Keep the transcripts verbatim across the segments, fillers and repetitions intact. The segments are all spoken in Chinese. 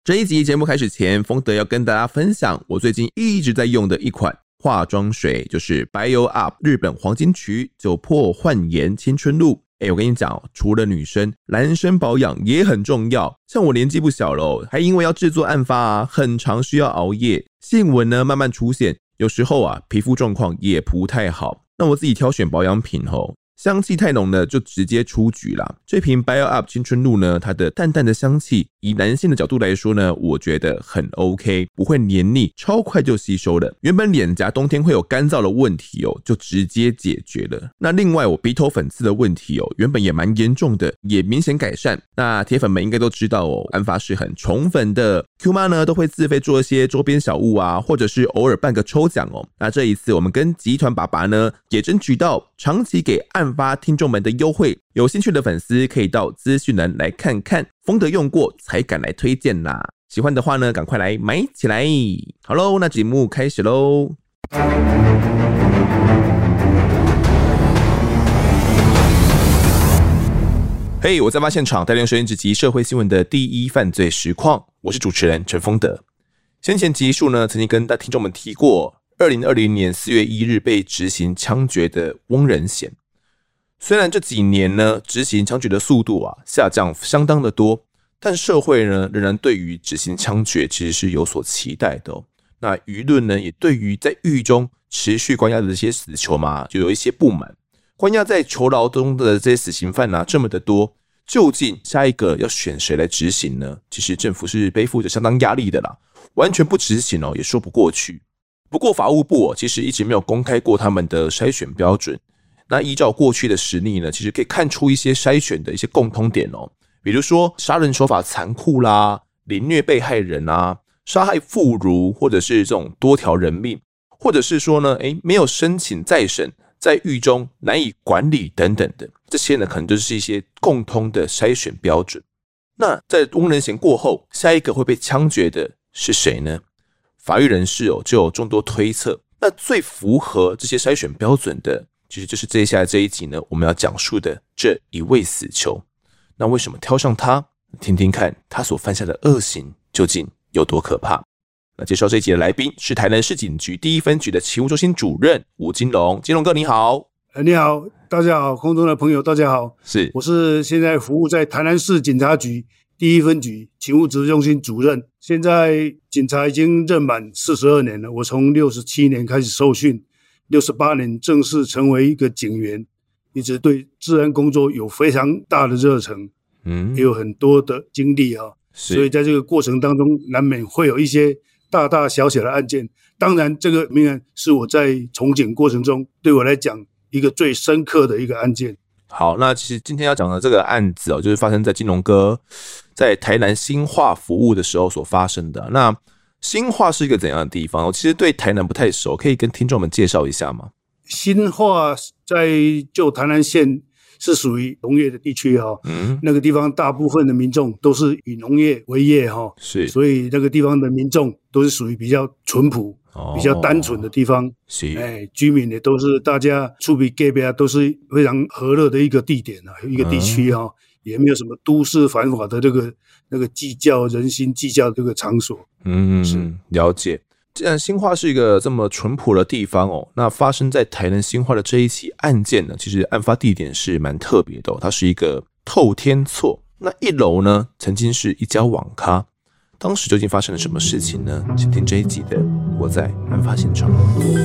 这一集节目开始前，丰德要跟大家分享我最近一直在用的一款化妆水，就是 Bio Up 日本黄金曲酒粕焕颜青春露。哎、欸，我跟你讲，除了女生，男生保养也很重要。像我年纪不小了，还因为要制作案发啊，很常需要熬夜，细纹呢慢慢出现，有时候啊皮肤状况也不太好。那我自己挑选保养品后，香气太浓的就直接出局啦。这瓶 Bio Up 青春露呢，它的淡淡的香气，以男性的角度来说呢，我觉得很 OK， 不会黏腻，超快就吸收了。原本脸颊冬天会有干燥的问题哦，就直接解决了。那另外我鼻头粉刺的问题哦，原本也蛮严重的，也明显改善。那铁粉们应该都知道哦，安发是很宠粉的 Q 妈呢，都会自费做一些周边小物啊，或者是偶尔办个抽奖哦。那这一次我们跟集团爸爸呢，也争取到长期给案发听众们的优惠，有兴趣的粉丝可以到资讯栏来看看，丰德用过才敢来推荐啦。喜欢的话呢，赶快来买起来。好喽，那节目开始喽。嘿、hey, 我在案发现场带领收音直击社会新闻的第一犯罪实况，我是主持人陈丰德。先前集数呢，曾经跟大听众们提过二零二零年四月一日被执行枪决的翁仁贤。虽然这几年呢，执行枪决的速度啊下降相当的多，但社会呢仍然对于执行枪决其实是有所期待的哦。那舆论呢也对于在狱中持续关押的这些死囚嘛，就有一些不满。关押在囚牢中的这些死刑犯啊这么的多，究竟下一个要选谁来执行呢？其实政府是背负着相当压力的啦，完全不执行哦也说不过去。不过法务部哦其实一直没有公开过他们的筛选标准。那依照过去的实例呢，其实可以看出一些筛选的一些共通点哦，比如说杀人手法残酷啦，凌虐被害人啊，杀害妇孺，或者是这种多条人命，或者是说呢，诶没有申请再审，在狱中难以管理等等的，这些呢可能就是一些共通的筛选标准。那在翁仁贤过后，下一个会被枪决的是谁呢？法律人士哦就有众多推测，那最符合这些筛选标准的，其实就是接下来这一集呢，我们要讲述的这一位死囚。那为什么挑上他？听听看他所犯下的恶行究竟有多可怕。那介绍这一集的来宾是台南市警局第一分局的勤务中心主任吴金龙。金龙哥你好。 呃、你好，大家好，空中的朋友大家好。 是， 我是现在服务在台南市警察局第一分局勤务指挥中心主任。现在警察已经任满四十二年了，我从六十七年开始受训，六十八年正式成为一个警员，一直对治安工作有非常大的热忱，嗯，也有很多的经历啊。所以在这个过程当中，难免会有一些大大小小的案件。当然，这个命案是我在从警过程中对我来讲一个最深刻的一个案件。 好，那其实今天要讲的这个案子哦，就是发生在金龙哥在台南新化服务的时候所发生的。那新化是一个怎样的地方？我其实对台南不太熟，可以跟听众们介绍一下吗？ 新化在就台南县是属于农业的地区哈、嗯，那个地方大部分的民众都是以农业为业哈，是，所以那个地方的民众都是属于比较淳朴、哦、比较单纯的地方，是，哎，居民也都是大家厝边隔壁都是非常和乐的一个地点啊，一个地区哈、嗯，也没有什么都市繁华的这个那个计较人心计较的这个场所， 嗯，是，了解。既然新化是一个这么淳朴的地方哦，那发生在台南新化的这一起案件呢，其实案发地点是蛮特别的哦，它是一个透天厝，那一楼呢曾经是一家网咖，当时究竟发生了什么事情呢？请听这一集的《我在案发现场》。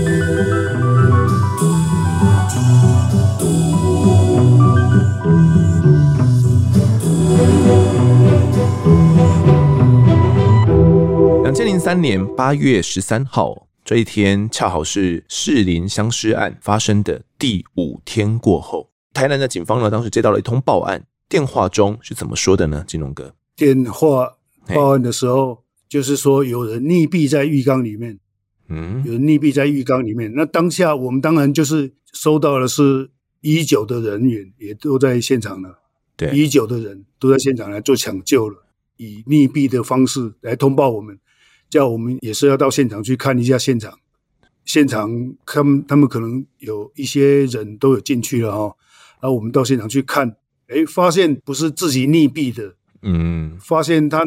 二零零三年八月十三号，这一天恰好是士林相尸案发生的第五天过后。台南的警方呢，当时接到了一通报案，电话中是怎么说的呢？金龙哥， 电话报案的时候，就是说有人溺毙在浴缸里面，嗯，有人溺毙在浴缸里面。那当下我们当然就是收到的是一一九的人员也都在现场了，对，一一九的人都在现场来做抢救了，以溺毙的方式来通报我们。叫我们也是要到现场去看一下现场，现场他们他们可能有一些人都有进去了哈，然后我们到现场去看，哎，发现不是自己溺毙的，嗯，发现他的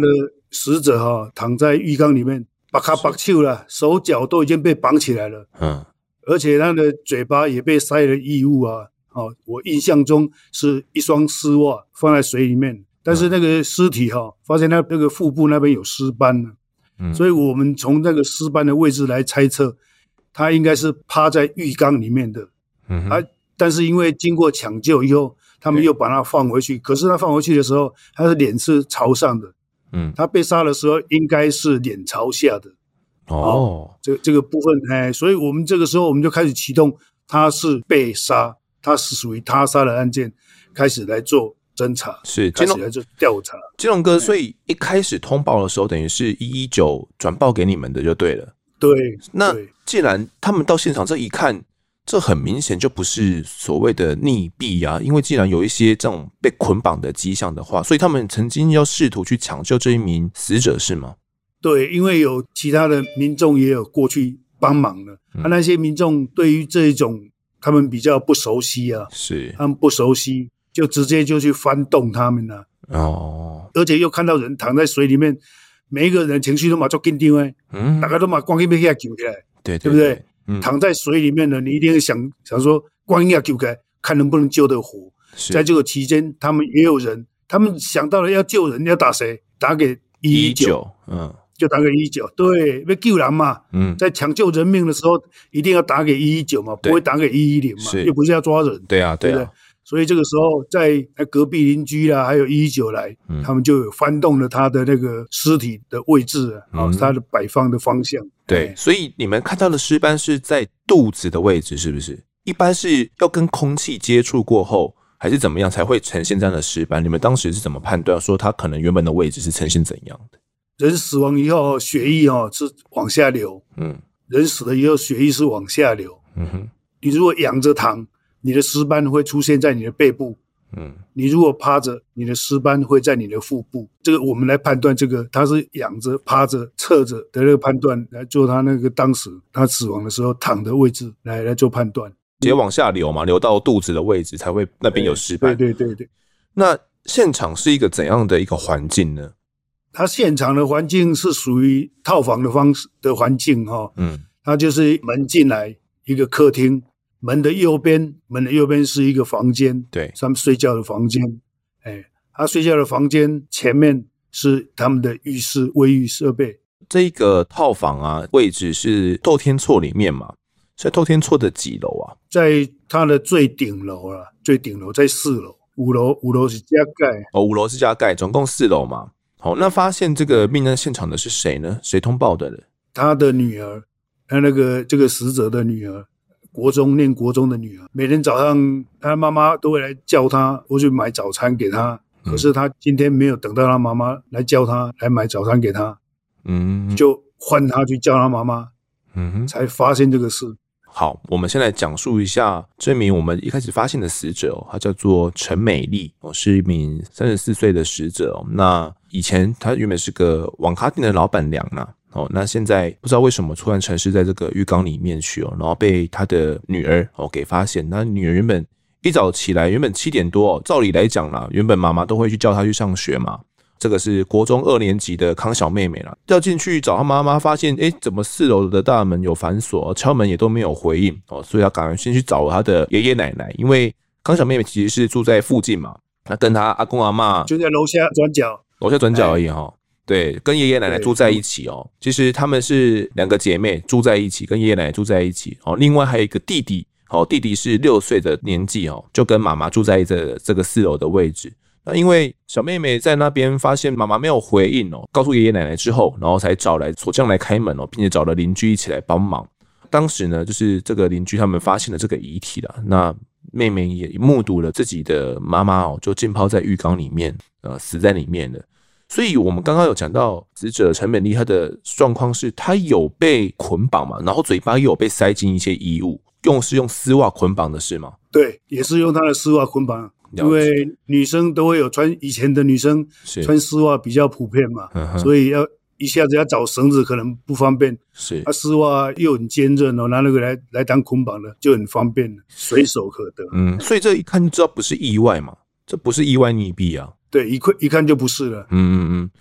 死者哈躺在浴缸里面，把卡绑手了，手脚都已经被绑起来了，嗯，而且他的嘴巴也被塞了异物啊。哦，我印象中是一双丝袜放在水里面，但是那个尸体哈，发现他那个腹部那边有尸斑了，嗯，所以我们从那个尸斑的位置来猜测，他应该是趴在浴缸里面的，嗯，啊，但是因为经过抢救以后，他们又把他放回去，可是他放回去的时候，他的脸是朝上的，嗯，他被杀的时候应该是脸朝下的，哦，这这个部分，哎，所以我们这个时候我们就开始启动，他是被杀。他是属于他杀的案件，开始来做侦查， 是开始来做调查。 金龙哥，所以一开始通报的时候，等于是一一九转报给你们的就对了。 对， 那既然他们到现场这一看，这很明显就不是所谓的溺毙啊，因为既然有一些这种被捆绑的迹象的话，所以他们曾经要试图去抢救这一名死者，是吗？ 对，因为有其他的民众也有过去帮忙了，嗯、啊，那些民众对于这一种。他们比较不熟悉啊，是他们不熟悉，就直接就去翻动他们了、啊。哦，而且又看到人躺在水里面，每一个人情绪都嘛做紧张哎，嗯，大家都嘛光阴要给他救起来，对, 对, 对不对、嗯？躺在水里面呢，你一定想想说光阴要救起来，看能不能救得活。在这个期间，他们也有人，他们想到了要救人，要打谁？打给一一九，嗯。就打给一一九，对，要救人嘛，嗯，在抢救人命的时候，一定要打给一一九嘛，不会打给一一零嘛，又不是要抓人， 对啊，对啊，对不对？ 所以这个时候，在隔壁邻居啦，还有一一九来、嗯，他们就有翻动了他的那个尸体的位置啊，嗯、他的摆放的方向。 对，所以你们看到的尸斑是在肚子的位置，是不是？一般是要跟空气接触过后，还是怎么样才会呈现这样的尸斑？你们当时是怎么判断说它可能原本的位置是呈现怎样的？ 人死亡以后，血液哦是往下流，嗯，人死了以后，血液是往下流，嗯哼。你如果仰着躺，你的尸斑会出现在你的背部，嗯，你如果趴着，你的尸斑会在你的腹部。这个我们来判断，这个他是仰着、趴着、侧着的那个判断，来做他那个当时他死亡的时候躺的位置来来做判断。 直接往下流嘛，流到肚子的位置才会那边有尸斑。 对对对对。 那现场是一个怎样的一个环境呢？ 它现场的环境是属于套房的方式的环境哈，嗯，它就是门进来一个客厅，门的右边，门的右边是一个房间，对，他们睡觉的房间，哎，他睡觉的房间前面是他们的浴室、卫浴设备。 这个套房啊，位置是透天厝里面嘛，在透天厝的几楼啊？ 在它的最顶楼啦，最顶楼在四楼，五楼五楼是加盖， 哦，五楼是加盖，总共四楼嘛。好，那发现这个命案现场的是谁呢？谁通报的人？ 他的女儿，他那个这个死者的女儿，国中念国中的女儿，每天早上他妈妈都会来叫他，我去买早餐给他。可是他今天没有等到他妈妈来叫他来买早餐给他，嗯，就换他去叫他妈妈，嗯，才发现这个事。 好，我们先来讲述一下这名我们一开始发现的死者哦，她叫做陈美丽哦，是一名三十四岁的死者哦。那以前她原本是个网咖店的老板娘啦，哦，那现在不知道为什么突然沉尸在这个浴缸里面去哦，然后被她的女儿哦给发现。那女儿原本一早起来，原本七点多哦，照理来讲啦，原本妈妈都会去叫她去上学嘛。这个是国中二年级的康小妹妹啦，要进去找她妈妈，发现诶怎么四楼的大门有反锁，敲门也都没有回应哦，所以她赶快先去找她的爷爷奶奶，因为康小妹妹其实是住在附近嘛，她跟她阿公阿嬷就在楼下转角， 楼下转角而已哈、哦。对，跟爷爷奶奶住在一起哦。其实她们是两个姐妹住在一起，跟爷爷奶奶住在一起哦。另外还有一个弟弟哦，弟弟是六岁的年纪哦，就跟妈妈住在这这个四楼的位置。那因为小妹妹在那边发现妈妈没有回应哦，告诉爷爷奶奶之后，然后才找来锁匠来开门哦，并且找了邻居一起来帮忙。当时呢，就是这个邻居他们发现了这个遗体了，那妹妹也目睹了自己的妈妈哦，就浸泡在浴缸里面，呃，死在里面了。所以我们刚刚有讲到死者陈美丽，她的状况是她有被捆绑嘛，然后嘴巴又有被塞进一些衣物，用是用丝袜捆绑的是吗？ 对，也是用她的丝袜捆绑。因为女生都会有穿，以前的女生穿丝袜比较普遍嘛，所以要一下子要找绳子可能不方便。是，啊，丝袜又很坚韧哦，拿那个来来当捆绑的就很方便，随手可得。 嗯，所以这一看就知道不是意外嘛，这不是意外溺毙啊。 对，一看一看就不是了。 嗯嗯嗯。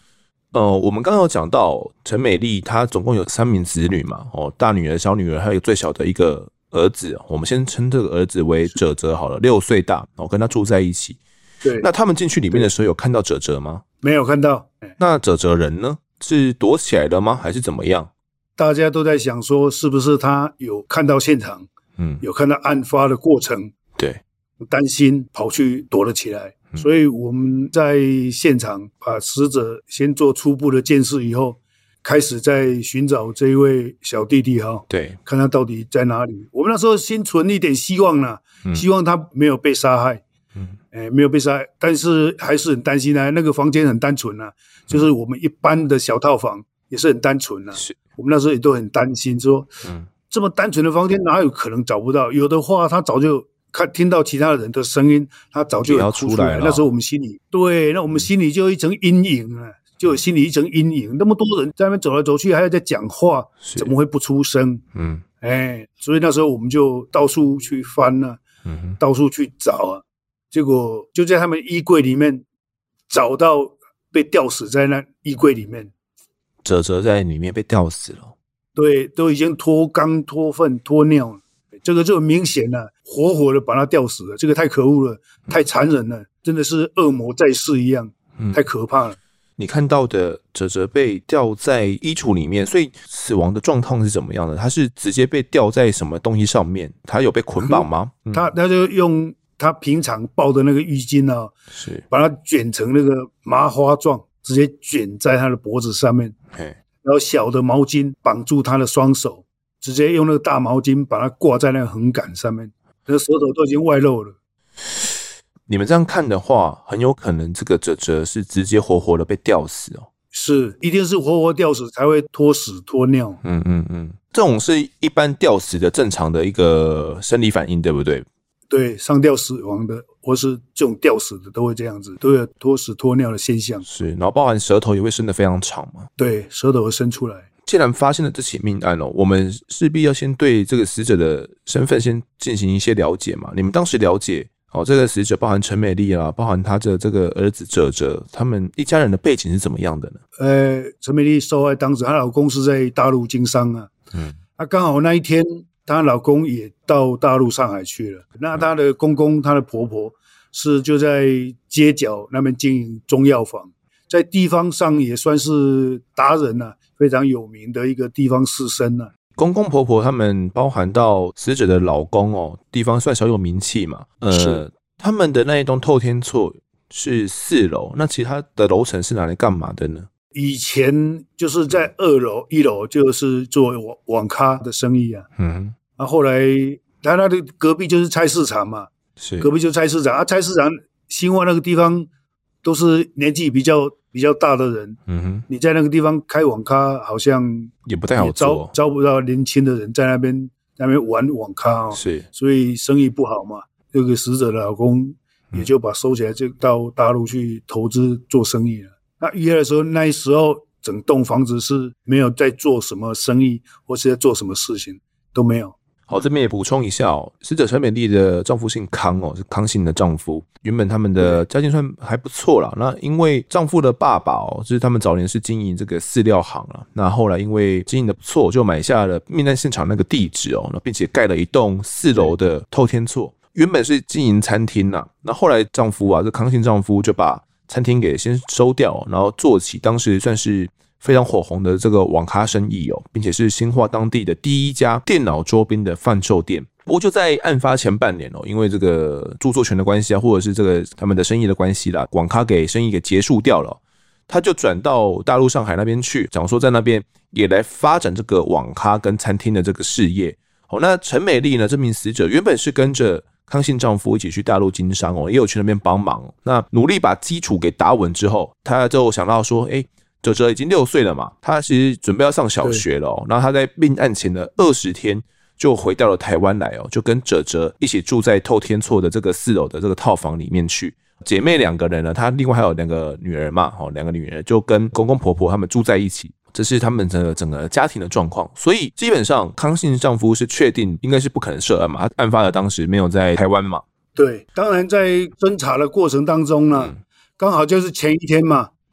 呃，我们刚刚有讲到陈美丽，她总共有三名子女嘛，哦，大女儿、小女儿，还有最小的一个儿子。我们先称这个儿子为哲哲好了，六岁大，哦，跟他住在一起。 对， 那他们进去里面的时候有看到哲哲吗？ 没有看到。 那哲哲人呢？是躲起来了吗？还是怎么样？ 大家都在想说，是不是他有看到现场，嗯，有看到案发的过程， 对， 担心跑去躲了起来。嗯、所以我们在现场把死者先做初步的鉴识以后，开始在寻找这一位小弟弟哈， 对， 看他到底在哪里。我们那时候先存一点希望啦，嗯、希望他没有被杀害。嗯，哎，没有被杀，但是还是很担心啊。那个房间很单纯啊，就是我们一般的小套房也是很单纯啊。是，我们那时候也都很担心，说，嗯，这么单纯的房间哪有可能找不到？有的话，他早就看听到其他人的声音，他早就有哭出来。那时候我们心里，对，那我们心里就有一层阴影啊，就有心里一层阴影。那么多人在那边走来走去，还要在讲话，怎么会不出声？嗯，哎，所以那时候我们就到处去翻啊，嗯，到处去找啊。结果就在他们衣柜里面找到被吊死在那衣柜里面， 哲哲在里面被吊死了。 对，都已经脱肛、脱粪、脱尿了，这个就很明显了，活活的把他吊死了，这个太可恶了，太残忍了，真的是恶魔在世一样，嗯、太可怕了。 你看到的哲哲被吊在衣橱里面，所以死亡的状况是怎么样的？他是直接被吊在什么东西上面？他有被捆绑吗？ 嗯、他他就用。他平常抱的那个浴巾啊，是把它卷成那个麻花状，直接卷在他的脖子上面。然后小的毛巾绑住他的双手，直接用那个大毛巾把它挂在那个横杆上面，那个舌头都已经外露了。 你们这样看的话，很有可能这个哲哲是直接活活的被吊死哦。 是，一定是活活吊死才会脱屎脱尿。 嗯嗯嗯，这种是一般吊死的正常的一个生理反应，对不对？ 对，上吊死亡的或是这种吊死的都会这样子，都有脱屎脱尿的现象。 是，然后包含舌头也会伸得非常长嘛。 对，舌头会伸出来。 既然发现了这起命案哦，我们势必要先对这个死者的身份先进行一些了解嘛。你们当时了解哦，这个死者包含陈美丽啊，包含他的这个儿子哲哲，他们一家人的背景是怎么样的呢？ 呃，陈美丽受害当时，她老公是在大陆经商啊，嗯，啊，刚好那一天。她老公也到大陆上海去了，那她的公公、她的婆婆是就在街角那边经营中药房，在地方上也算是达人啊，非常有名的一个地方士绅啊。 公公婆婆他们包含到死者的老公哦，地方算小有名气嘛。呃，他们的那一栋透天厝是四楼，那其他的楼层是拿来干嘛的呢？ 以前就是在二楼、一楼就是做网网咖的生意啊。嗯。啊，后来他那的隔壁就是菜市场嘛，是隔壁就是菜市场啊。菜市场新化那个地方都是年纪比较比较大的人，嗯哼，你在那个地方开网咖好像也不太好做， 招招不到年轻的人在那边在那边玩网咖哦，是，所以生意不好嘛。这个死者的老公也就把收起来，就到大陆去投资做生意了。那遇害的时候，那时候整栋房子是没有在做什么生意，或是在做什么事情都没有。 好，这边也补充一下哦，死者陈美丽的丈夫姓康哦，是康姓的丈夫。原本他们的家境算还不错啦，那因为丈夫的爸爸哦，就是他们早年是经营这个饲料行啦，那后来因为经营的不错，就买下了命案现场那个地址哦，并且盖了一栋四楼的透天厝。原本是经营餐厅啦，那后来丈夫啊，这康姓丈夫就把餐厅给先收掉，然后做起当时算是非常火红的这个网咖生意哦，并且是新化当地的第一家电脑周边的贩售店。不过就在案发前半年哦，因为这个著作权的关系啊，或者是这个他们的生意的关系啦，网咖给生意给结束掉了，他就转到大陆上海那边去，想说在那边也来发展这个网咖跟餐厅的这个事业。哦，那陈美丽呢，这名死者原本是跟着康姓丈夫一起去大陆经商哦，也有去那边帮忙。那努力把基础给打稳之后，他就想到说，哎。哲哲已经六岁了嘛，他其实准备要上小学了哦。然后他在命案前的二十天就回到了台湾来哦，就跟哲哲一起住在透天厝的这个四楼的这个套房里面去。姐妹两个人呢，她另外还有两个女儿嘛，哦，两个女儿就跟公公婆婆他们住在一起，这是他们的整个家庭的状况。所以基本上康姓丈夫是确定应该是不可能涉案嘛，他案发的当时没有在台湾嘛。 对，当然在侦查的过程当中呢，刚、嗯、好就是前一天嘛。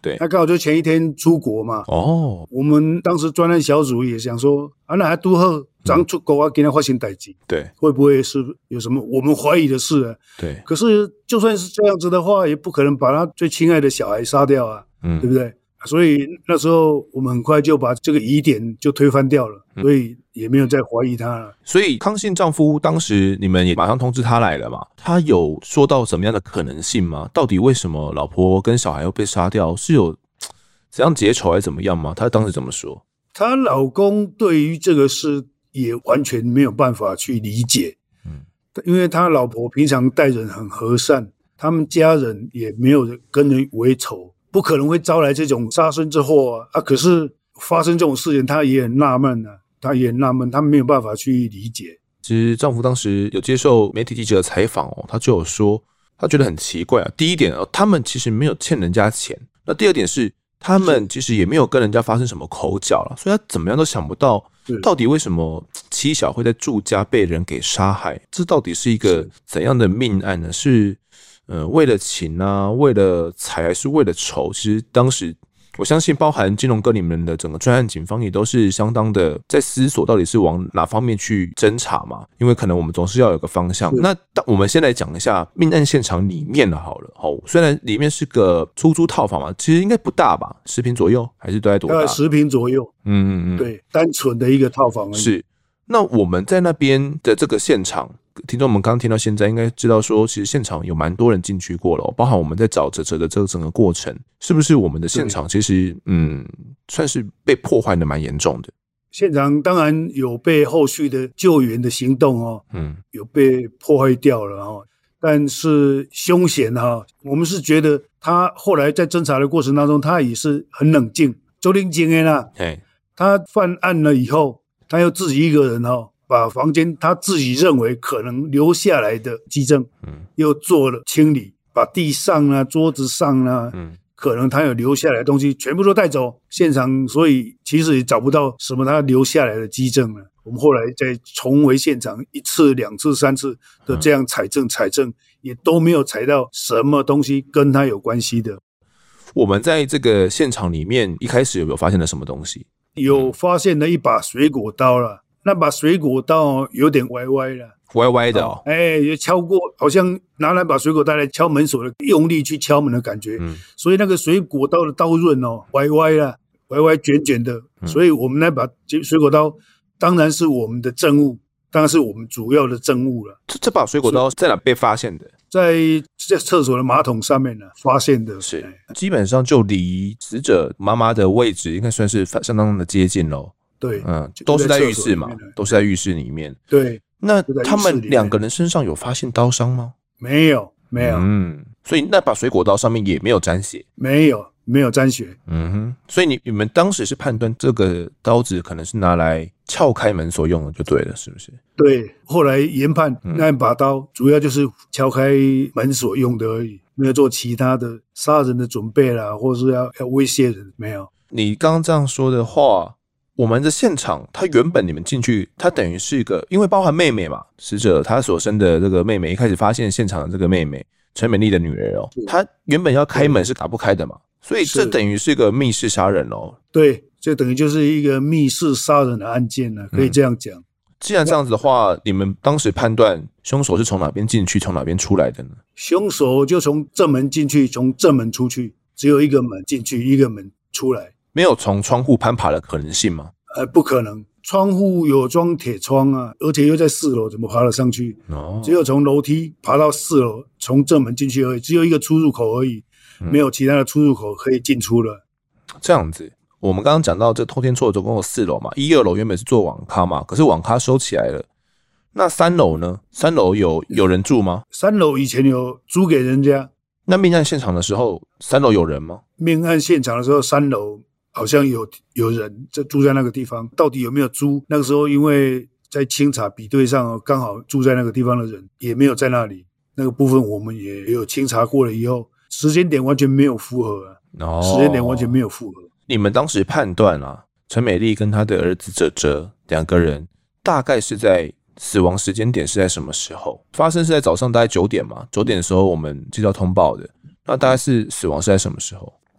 对， 他刚好就前一天出国嘛。 哦， 我们当时专案小组也想说，啊，那还拄好，刚出国啊，给他发生代志， 对， 会不会是有什么我们怀疑的事啊？ 对。 可是就算是这样子的话，也不可能把他最亲爱的小孩杀掉啊，嗯，对不对？所以那时候我们很快就把这个疑点就推翻掉了，所以也没有再怀疑他了。 所以康姓丈夫当时你们也马上通知他来了嘛？他有说到什么样的可能性吗？到底为什么老婆跟小孩要被杀掉？是有怎样结仇还是怎么样吗？他当时怎么说？ 她老公对于这个事也完全没有办法去理解，嗯，因为他老婆平常待人很和善，他们家人也没有跟人为仇。不可能会招来这种杀身之祸啊！啊，可是发生这种事情，他也很纳闷啊，他也很纳闷，他没有办法去理解。 其实丈夫当时有接受媒体记者的采访哦，他就有说，他觉得很奇怪啊。第一点哦，他们其实没有欠人家钱；那第二点是，他们其实也没有跟人家发生什么口角了，所以他怎么样都想不到，到底为什么妻小会在住家被人给杀害？这到底是一个怎样的命案呢？是？呃，为了情啊，为了财，还是为了仇？其实当时我相信，包含金融哥你们的整个专案，警方也都是相当的在思索，到底是往哪方面去侦查嘛？因为可能我们总是要有个方向。那我们先来讲一下命案现场里面的好了。好，虽然里面是个出租套房嘛，其实应该不大吧？十平左右，还是都在多大？ 大概十平左右。嗯嗯嗯，对，单纯的一个套房而已。 是。那我们在那边的这个现场。听众们刚听到现在应该知道说，其实现场有蛮多人进去过了、哦，包含我们在找哲哲的这个整个过程，是不是我们的现场其实嗯算是被破坏的蛮严重的？ 现场当然有被后续的救援的行动哦，嗯，有被破坏掉了哦，但是凶险哈、哦，我们是觉得他后来在侦查的过程当中，他也是很冷静，周冷静的啦，他犯案了以后，他又自己一个人哦。把房间他自己认为可能留下来的基证，嗯，又做了清理，把地上啊、桌子上啊，嗯，可能他有留下来的东西全部都带走。现场所以其实也找不到什么他留下来的基证了。我们后来再重回现场一次、两次、三次的这样采证、采证，也都没有采到什么东西跟他有关系的。 我们在这个现场里面一开始有没有发现了什么东西？ 有发现了一把水果刀了。那把水果刀有点歪歪了， 歪歪的哦， 哎，也敲过，好像拿来把水果刀来敲门锁的，用力去敲门的感觉，嗯，所以那个水果刀的刀刃哦，歪歪了，歪歪卷卷的，嗯、所以我们那把水果刀当然是我们的证物，当然是我们主要的证物了。 这这把水果刀在哪被发现的？ 在在厕所的马桶上面呢，发现的， 是基本上就离死者妈妈的位置应该算是相当的接近咯。 对， 嗯，都是在浴室嘛，都是在浴室里面。 对， 那他们两个人身上有发现刀伤吗？ 没有，没有。 嗯，所以那把水果刀上面也没有沾血， 没有，没有沾血。 嗯哼，所以你你们当时是判断这个刀子可能是拿来撬开门锁用的，就对了，是不是？ 对，后来研判那把刀主要就是撬开门锁用的而已，没有做其他的杀人的准备啦，或是要要威胁人，没有。 你刚刚这样说的话。我们的现场，他原本你们进去，他等于是一个，因为包含妹妹嘛，死者他所生的这个妹妹，一开始发现现场的这个妹妹陈美丽的女儿哦，她原本要开门是打不开的嘛，所以这等于是一个密室杀人哦。 对，这等于就是一个密室杀人的案件呢，可以这样讲。嗯、 既然这样子的话，你们当时判断凶手是从哪边进去，从哪边出来的呢？ 凶手就从正门进去，从正门出去，只有一个门进去，一个门出来。 没有从窗户攀爬的可能性吗？ 呃，不可能，窗户有装铁窗啊，而且又在四楼，怎么爬得上去？哦，只有从楼梯爬到四楼，从正门进去而已，只有一个出入口而已，嗯、没有其他的出入口可以进出了。 这样子，我们刚刚讲到这偷天错总共有四楼嘛，一二楼原本是做网咖嘛，可是网咖收起来了。那三楼呢？三楼有有人住吗？ 三楼以前有租给人家。 那命案现场的时候，三楼有人吗？ 命案现场的时候，三楼好像有有人在住在那个地方，到底有没有租？那个时候因为在清查比对上，刚好住在那个地方的人也没有在那里，那个部分我们也有清查过了以后，时间点完全没有符合啊，哦、时间点完全没有符合。 你们当时判断啊，陈美丽跟她的儿子哲哲两个人大概是在死亡时间点是在什么时候？发生是在早上大概九点嘛，九点的时候我们接到通报的，那大概是死亡是在什么时候？ 大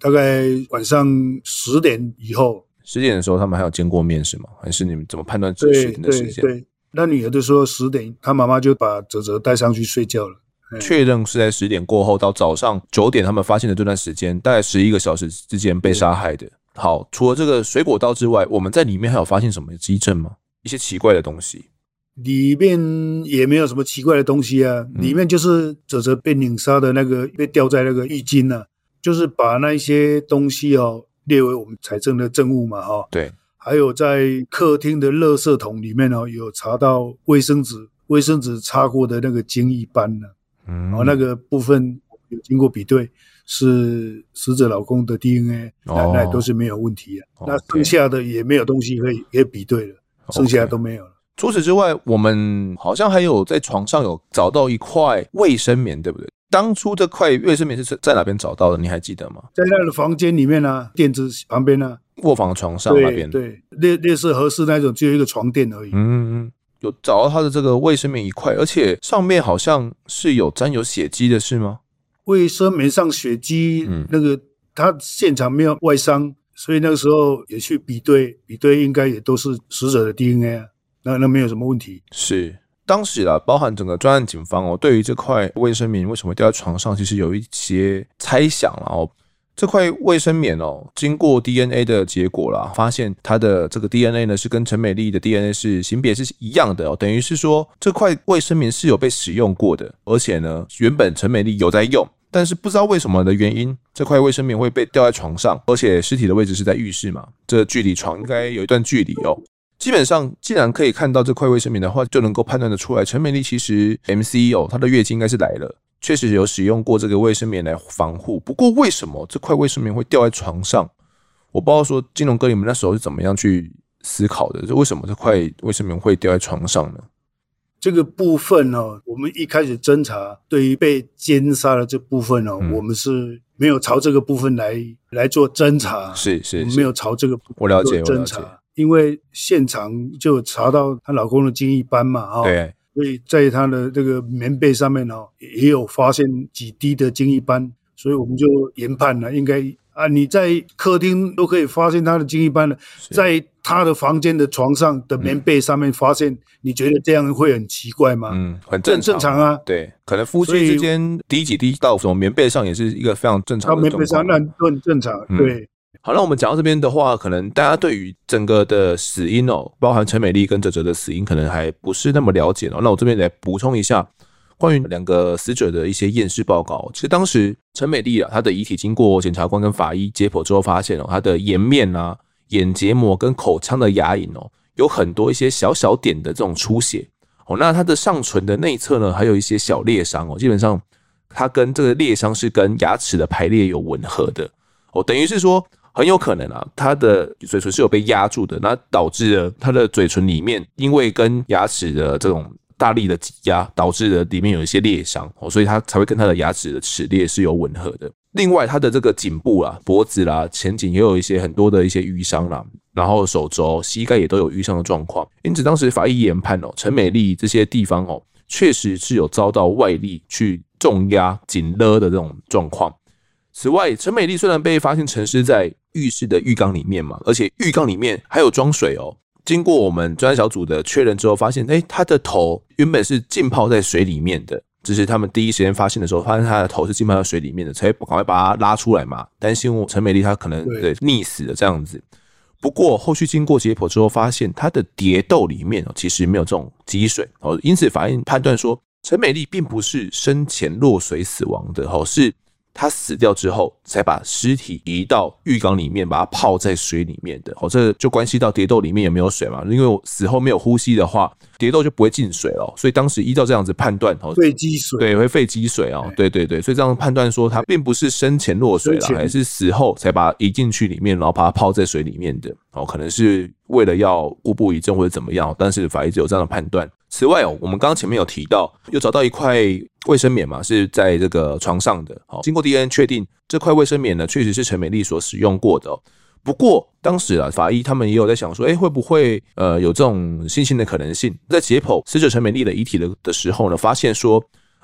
大概晚上十点以后。 十点的时候他们还有见过面是吗？还是你们怎么判断这十点的时间？ 对对对，那女儿就说十点，她妈妈就把哲哲带上去睡觉了。 确认是在十点过后到早上九点他们发现的这段时间，大概十一个小时之间被杀害的。好，除了这个水果刀之外，我们在里面还有发现什么迹证吗？一些奇怪的东西？ 里面也没有什么奇怪的东西啊，嗯、里面就是哲哲被拧杀的那个被吊在那个浴巾啊，就是把那一些东西哦列为我们财政的证物嘛，哈、哦。 对。 还有在客厅的垃圾桶里面哦，有查到卫生纸，卫生纸擦过的那个精液斑呢、啊，嗯，哦，那个部分有经过比对，是死者老公的 D N A，、哦、那, 那都是没有问题的、哦。那剩下的也没有东西可以可以比对了，剩下的都没有了。 除此之外，我们好像还有在床上有找到一块卫生棉，对不对？当初这块卫生棉是在哪边找到的？你还记得吗？ 在那个房间里面啊，垫子旁边啊， 卧房床上那边。 对，类类似合适那种，只有一个床垫而已。 嗯，有找到他的这个卫生棉一块，而且上面好像是有沾有血迹的，是吗？ 卫生棉上血迹，嗯、那个他现场没有外伤，所以那个时候也去比对，比对应该也都是死者的 D N A 啊，那那没有什么问题。 是。当时啦，包含整个专案警方哦，对于这块卫生棉为什么会掉在床上，其实有一些猜想啦哦。这块卫生棉哦，经过 D N A 的结果啦，发现它的这个 D N A 呢是跟陈美丽的 D N A 是型别是一样的哦，等于是说这块卫生棉是有被使用过的，而且呢，原本陈美丽有在用，但是不知道为什么的原因，这块卫生棉会被掉在床上，而且尸体的位置是在浴室嘛，这距离床应该有一段距离哦。基本上，既然可以看到这块卫生棉的话，就能够判断得出来，陈美丽其实 M C 哦，她的月经应该是来了，确实有使用过这个卫生棉来防护。不过，为什么这块卫生棉会掉在床上？我不知道说金龙哥你们那时候是怎么样去思考的？为什么这块卫生棉会掉在床上呢？ 这个部分哦，我们一开始侦查，对于被奸杀的这部分哦，嗯、我们是没有朝这个部分来来做侦查， 是 是, 是， 我们没有朝这个部分做侦查。 我了解，我了解。因为现场就查到她老公的精液斑嘛，哦， 对， 所以在她的这个棉被上面哦，也有发现几滴的精液斑，所以我们就研判了，应该啊，你在客厅都可以发现她的精液斑了，在她的房间的床上的棉被上面发现，嗯、你觉得这样会很奇怪吗？ 嗯，很正常， 正常啊。 对，可能夫妻之间滴几滴到什么棉被上也是一个非常正常的状况。 棉被上那都很正常，嗯、对。 好，那我们讲到这边的话，可能大家对于整个的死因哦，包含陈美丽跟哲哲的死因，可能还不是那么了解哦。那我这边来补充一下关于两个死者的一些验尸报告。其实当时陈美丽啊，她的遗体经过检察官跟法医解剖之后，发现哦，她的颜面啊、眼结膜跟口腔的牙龈哦，有很多一些小小点的这种出血哦。那她的上唇的内侧呢，还有一些小裂伤哦，基本上它跟这个裂伤是跟牙齿的排列有吻合的哦，等于是说。很有可能啊，他的嘴唇是有被压住的，那导致了他的嘴唇里面因为跟牙齿的这种大力的挤压，导致了里面有一些裂伤，所以他才会跟他的牙齿的齿列是有吻合的。另外，他的这个颈部啦、脖子啦、前颈也有一些很多的一些淤伤啦，然后手肘、膝盖也都有淤伤的状况。因此，当时法医研判哦，陈美丽这些地方哦，确实是有遭到外力去重压、紧勒的这种状况。此外，陈美丽虽然被发现沉尸在浴室的浴缸里面嘛，而且浴缸里面还有装水哦。经过我们专案小组的确认之后，发现，哎，她的头原本是浸泡在水里面的，只是他们第一时间发现的时候，发现她的头是浸泡在水里面的，才赶快把她拉出来嘛，担心陈美丽她可能对溺死了这样子。不过后续经过解剖之后，发现她的蝶窦里面其实没有这种积水，因此法院判断说，陈美丽并不是生前落水死亡的，是他死掉之后才把尸体移到浴缸里面，把它泡在水里面的。哦，这就关系到蝶窦里面有没有水嘛？因为死后没有呼吸的话，蝶窦就不会进水了。所以当时依照这样子判断， 肺积水， 对，会肺积水哦。对对对，所以这样判断说，他并不是生前落水了，还是死后才把它移进去里面，然后把它泡在水里面的。哦，可能是为了要故布疑阵或者怎么样，但是法医只有这样的判断。此外哦，我们刚刚前面有提到，有找到一块卫生棉嘛，是在这个床上的。好，经过 D N A 确定，这块卫生棉呢，确实是陈美丽所使用过的哦。不过当时啊，法医他们也有在想说，哎，会不会呃有这种性侵的可能性？在解剖死者陈美丽的遗体的的时候呢，发现说，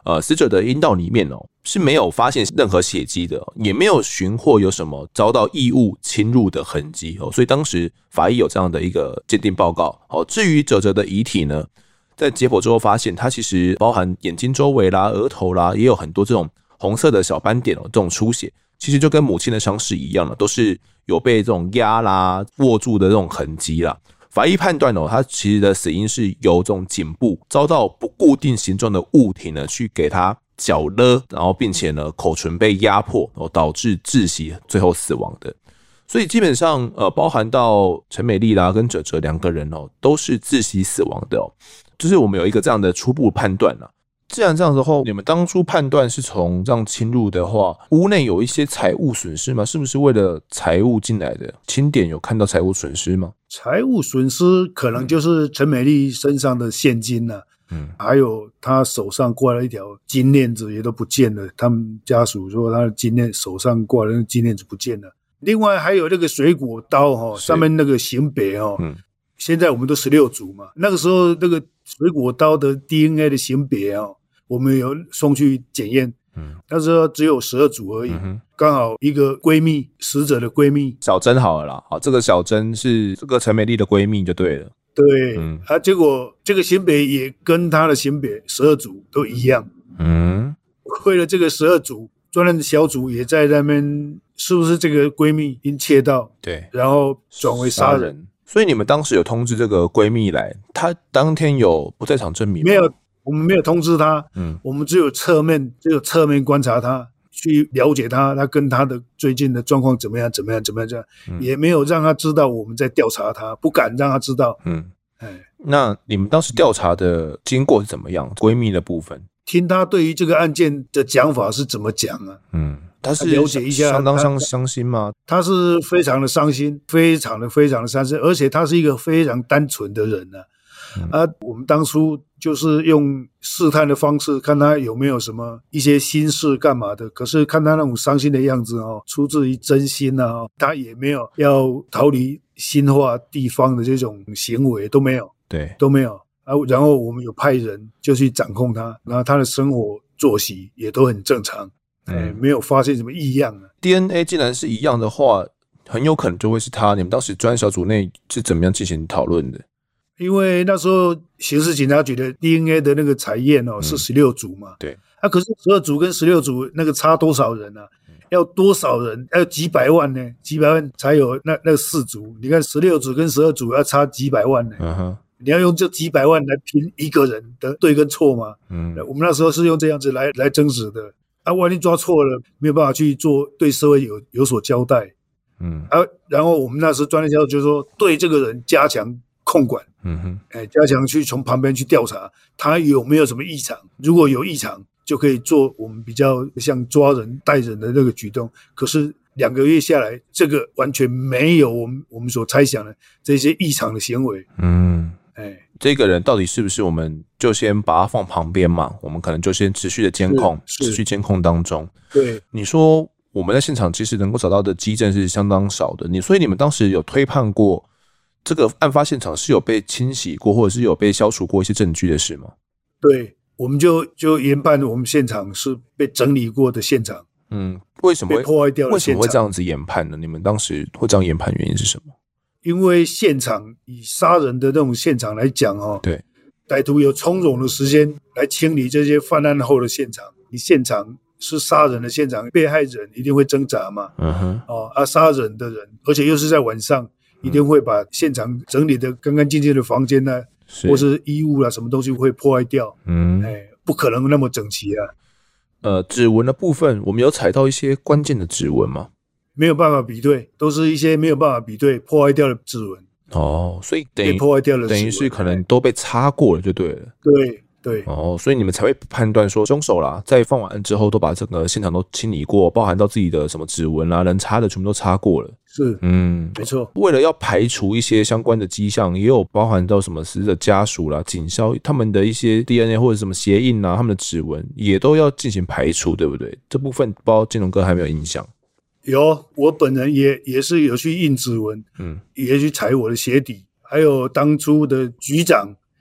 呃死者的阴道里面哦是没有发现任何血迹的，也没有寻获有什么遭到异物侵入的痕迹哦，所以当时法医有这样的一个鉴定报告哦。至于哲哲的遗体呢，在解剖之后发现，它其实包含眼睛周围啦、额头啦，也有很多这种红色的小斑点哦，这种出血，其实就跟母亲的伤势一样了，都是有被这种压啦、握住的这种痕迹啦。法医判断哦，他其实的死因是由这种颈部遭到不固定形状的物体呢，去给他绞勒，然后并且呢口唇被压迫，然后导致窒息，最后死亡的。所以基本上呃，包含到陈美丽啦跟哲哲两个人哦，都是窒息死亡的哦。就是我们有一个这样的初步判断啦。既然这样的话，你们当初判断是从这样侵入的话，屋内有一些财物损失吗？是不是为了财物进来的？清点有看到财物损失吗？ 财物损失可能就是陈美丽身上的现金啊，嗯，还有她手上挂了一条金链子也都不见了，他们家属说她的金链手上挂的金链子不见了。另外还有那个水果刀齁，上面那个型别齁，嗯，现在我们都十六组嘛，那个时候那个水果刀的 D N A 的型别齁，我们有送去检验，嗯，那时候只有十二组而已，刚、嗯、好一个闺蜜，死者的闺蜜小珍好了啦，好，这个小珍是这个陈美丽的闺蜜就对了， 对，嗯，啊，结果这个型别也跟她的型别十二组都一样，嗯，为了这个十二组，专案小组也在那边，是不是这个闺蜜因窃盗， 对， 然后转为杀人，人所以你们当时有通知这个闺蜜来，她当天有不在场证明吗？ 没有。我们没有通知他，嗯，我们只有侧面，只有侧面观察他，去了解他，他跟他的最近的状况怎么样，怎么样，怎么样，这样、嗯，也没有让他知道我们在调查他，不敢让他知道，嗯， 哎，那你们当时调查的经过是怎么样？闺蜜的部分， 听他对于这个案件的讲法是怎么讲啊？ 嗯，他是了解一下，相当伤伤心吗？ 他是非常的伤心，非常的非常的伤心，而且他是一个非常单纯的人啊。嗯、啊，我们当初就是用试探的方式，看他有没有什么一些心事干嘛的。可是看他那种伤心的样子哦，出自于真心啊，他也没有要逃离新化地方的这种行为都没有， 对， 都没有啊。然后我们有派人就去掌控他，然后他的生活作息也都很正常，嗯、哎，没有发现什么异样啊。 D N A 既然是一样的话，很有可能就会是他。你们当时专案小组内是怎么样进行讨论的？ 因为那时候刑事警察局的 D N A 的那个采验哦、嗯、是十六组嘛， 对， 啊，可是十二组跟十六组那个差多少人啊？嗯、要多少人？要几百万呢？几百万才有那那四组。你看十六组跟十二组要差几百万呢？嗯哼，你要用这几百万来评一个人的对跟错吗？嗯，我们那时候是用这样子来来争执的。啊，万一抓错了，没有办法去做对社会有有所交代。嗯，啊，然后我们那时候专案小组就说对这个人加强控管。嗯哼，哎，加强去从旁边去调查他有没有什么异常，如果有异常，就可以做我们比较像抓人带人的那个举动。可是两个月下来，这个完全没有我们我们所猜想的这些异常的行为。嗯， 哎，这个人到底是不是，我们就先把他放旁边嘛？我们可能就先持续的监控，持续监控当中。 对， 你说我们在现场其实能够找到的基证是相当少的，你所以你们当时有推判过？这个案发现场是有被清洗过，或者是有被消除过一些证据的事吗？ 对，我们就就研判我们现场是被整理过的现场。 嗯，为什么会被破坏掉的现场？ 为什么会这样子研判呢？你们当时会这样研判原因是什么？ 因为现场以杀人的那种现场来讲哦， 对， 歹徒有从容的时间来清理这些犯案后的现场。你现场是杀人的现场，被害人一定会挣扎嘛。嗯哼，哦，啊，杀人的人，而且又是在晚上。一定会把现场整理的干干净净的房间呢、啊，或是衣物啦、啊，什么东西会破坏掉。嗯，哎，不可能那么整齐啊。 呃，指纹的部分，我们有采到一些关键的指纹吗？ 没有办法比对，都是一些没有办法比对破坏掉的指纹。 哦，所以等于破坏掉的指纹， 等于是可能都被擦过了，就对了。 对。对哦，所以你们才会判断说凶手啦，在放完案之后都把整个现场都清理过，包含到自己的什么指纹啦、人擦的全部都擦过了。 是，嗯，没错。 为了要排除一些相关的迹象，也有包含到什么死者家属啦、警消他们的一些 D N A 或者什么鞋印啊，他们的指纹也都要进行排除，对不对？这部分不知道建龙哥还没有印象。 有，我本人也也是有去印指纹，嗯，也去踩我的鞋底，还有当初的局长。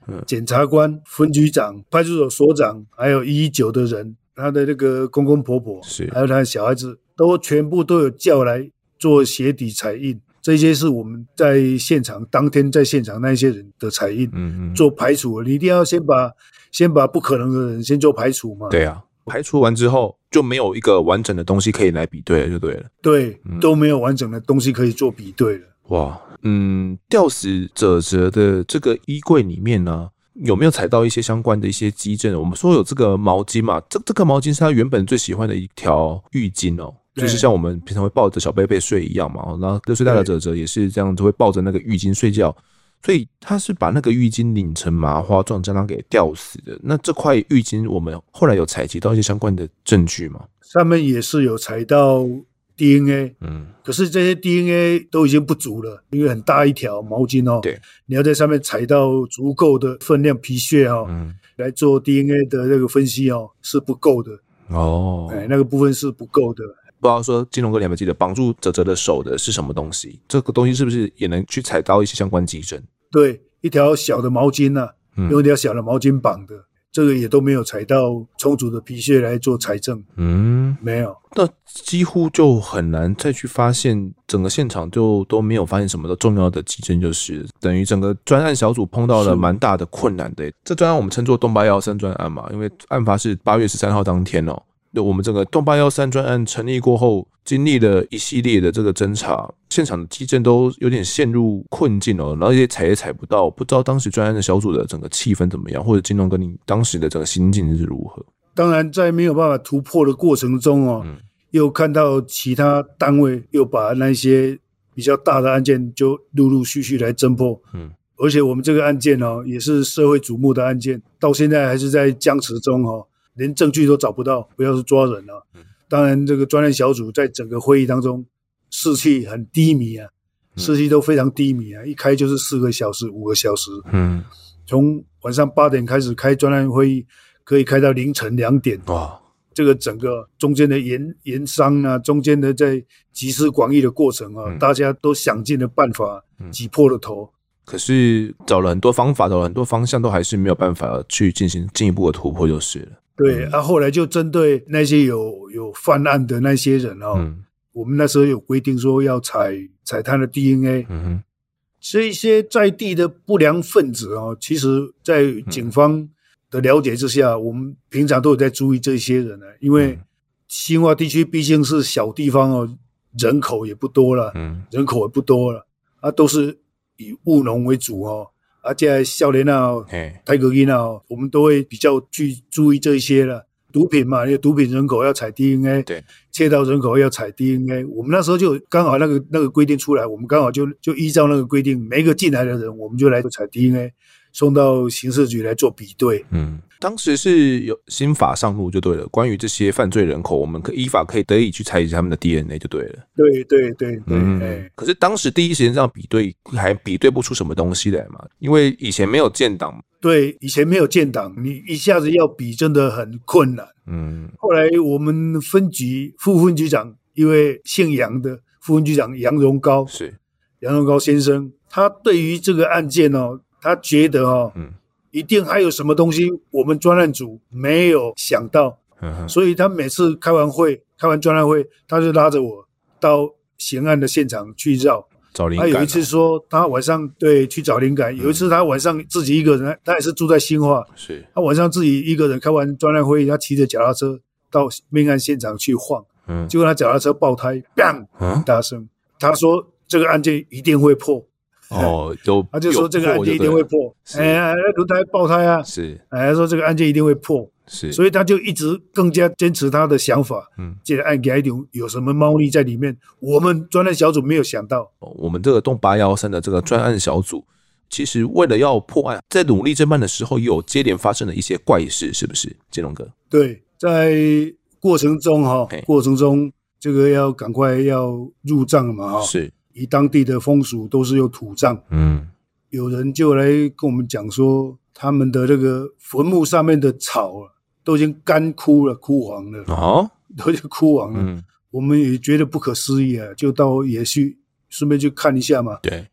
检察官、分局长、派出所所长，还有一一九的人，他的那个公公婆婆， 是还有他的小孩子，都全部都有叫来做鞋底彩印。这些是我们在现场当天在现场那些人的彩印，嗯嗯，做排除，你一定要先把先把不可能的人先做排除嘛。 对啊，排除完之后就没有一个完整的东西可以来比对了，就对了。 对，嗯、都没有完整的东西可以做比对了。 哇，嗯，吊死者哲的这个衣柜里面呢，有没有采到一些相关的一些基证？我们说有这个毛巾嘛，这这个毛巾是他原本最喜欢的一条浴巾哦。就是像我们平常会抱着小贝贝睡一样嘛，然后六岁大的哲哲也是这样，就会抱着那个浴巾睡觉，所以他是把那个浴巾拧成麻花状，将它给吊死的。那这块浴巾我们后来有采集到一些相关的证据吗？ 上面也是有采到 D N A， 嗯，可是这些 D N A 都已经不足了，因为很大一条毛巾哦，对，你要在上面采到足够的分量皮屑哦，嗯，来做 D N A 的那个分析哦，是不够的哦，哎，那个部分是不够的。 不知道说金龙哥你有没有记得绑住哲哲的手的是什么东西？这个东西是不是也能去采到一些相关基证？ 对，一条小的毛巾啊，嗯、用一条小的毛巾绑的，这个也都没有采到充足的皮屑来做采证。嗯，没有。 那几乎就很难再去发现，整个现场就都没有发现什么重要的基证，就是等于整个专案小组碰到了蛮大的困难的。这专案我们称作东八一三专案嘛，因为案发是八月十三号当天哦。我们这个东八一三专案成立过后，经历了一系列的这个侦查，现场的基证都有点陷入困境哦，然后也采也采不到，不知道当时专案的小组的整个气氛怎么样，或者金龙跟你当时的整个心境是如何？ 当然，在没有办法突破的过程中哦，嗯、又看到其他单位又把那些比较大的案件就陆陆续续来侦破，嗯，而且我们这个案件哦，也是社会瞩目的案件，到现在还是在僵持中哦。连证据都找不到，不要是抓人了。当然，这个专案小组在整个会议当中士气很低迷啊，士气都非常低迷啊，一开就是四个小时、五个小时。嗯，从晚上八点开始开专案会议，可以开到凌晨两点。哇，这个整个中间的研研商啊，中间的在集思广益的过程啊，嗯、大家都想尽了办法，挤破了头。 可是找了很多方法，找了很多方向，都还是没有办法去进行进一步的突破，就是了。 对，啊，后来就针对那些有有犯案的那些人哦，嗯、我们那时候有规定说要采采他的 D N A，嗯哼，这些在地的不良分子哦，其实在警方的了解之下，嗯、我们平常都有在注意这些人呢，因为新化地区毕竟是小地方哦，人口也不多了，嗯，人口也不多了，啊，都是以务农为主哦。啊，这少年啊，泰国囡啊，我们都会比较去注意这些了。毒品嘛，因为毒品人口要采 D N A， 对，窃盗人口要采 D N A。我们那时候就刚好那个那个规定出来，我们刚好就就依照那个规定，每一个进来的人，我们就来采 D N A， 送到刑事局来做比对。嗯， 当时是有新法上路就对了，关于这些犯罪人口，我们可依法可以得以去采集他们的 D N A 就对了。 对对对对，嗯欸、可是当时第一时间这样比对，还比对不出什么东西来嘛？因为以前没有建档。 对，以前没有建档，你一下子要比真的很困难。嗯，后来我们分局副分局长，一位姓杨的副分局长杨荣高，是杨荣高先生，他对于这个案件哦，他觉得哦，嗯，一定还有什么东西我们专案组没有想到，嗯、所以他每次开完会、开完专案会，他就拉着我到刑案的现场去绕。 找灵感、啊。 他有一次说，他晚上对去找灵感。嗯、有一次他晚上自己一个人，他也是住在新化，是他晚上自己一个人开完专案会议，他骑着脚踏车到命案现场去晃，嗯，结果他脚踏车爆胎 ，bang， 很大声。他说这个案件一定会破。 哦，就他就说这个案件一定会破。哎，轮胎爆胎啊，是，哎，他说这个案件一定会破。是，所以他就一直更加坚持他的想法。嗯，这个案件一定有什么猫腻在里面，我们专案小组没有想到。 我们这个东八一三的这个专案小组，其实为了要破案，在努力侦办的时候，也有接连发生了一些怪事，是不是，建龙哥？ 对，在过程中哈，过程中这个要赶快要入账嘛，哈，是，以当地的风俗都是有土葬。嗯，有人就来跟我们讲说，他们的这个坟墓上面的草都已经干枯了，枯黄了，哦，都已经枯黄了。嗯，我们也觉得不可思议啊，就到也去顺便去看一下嘛。对，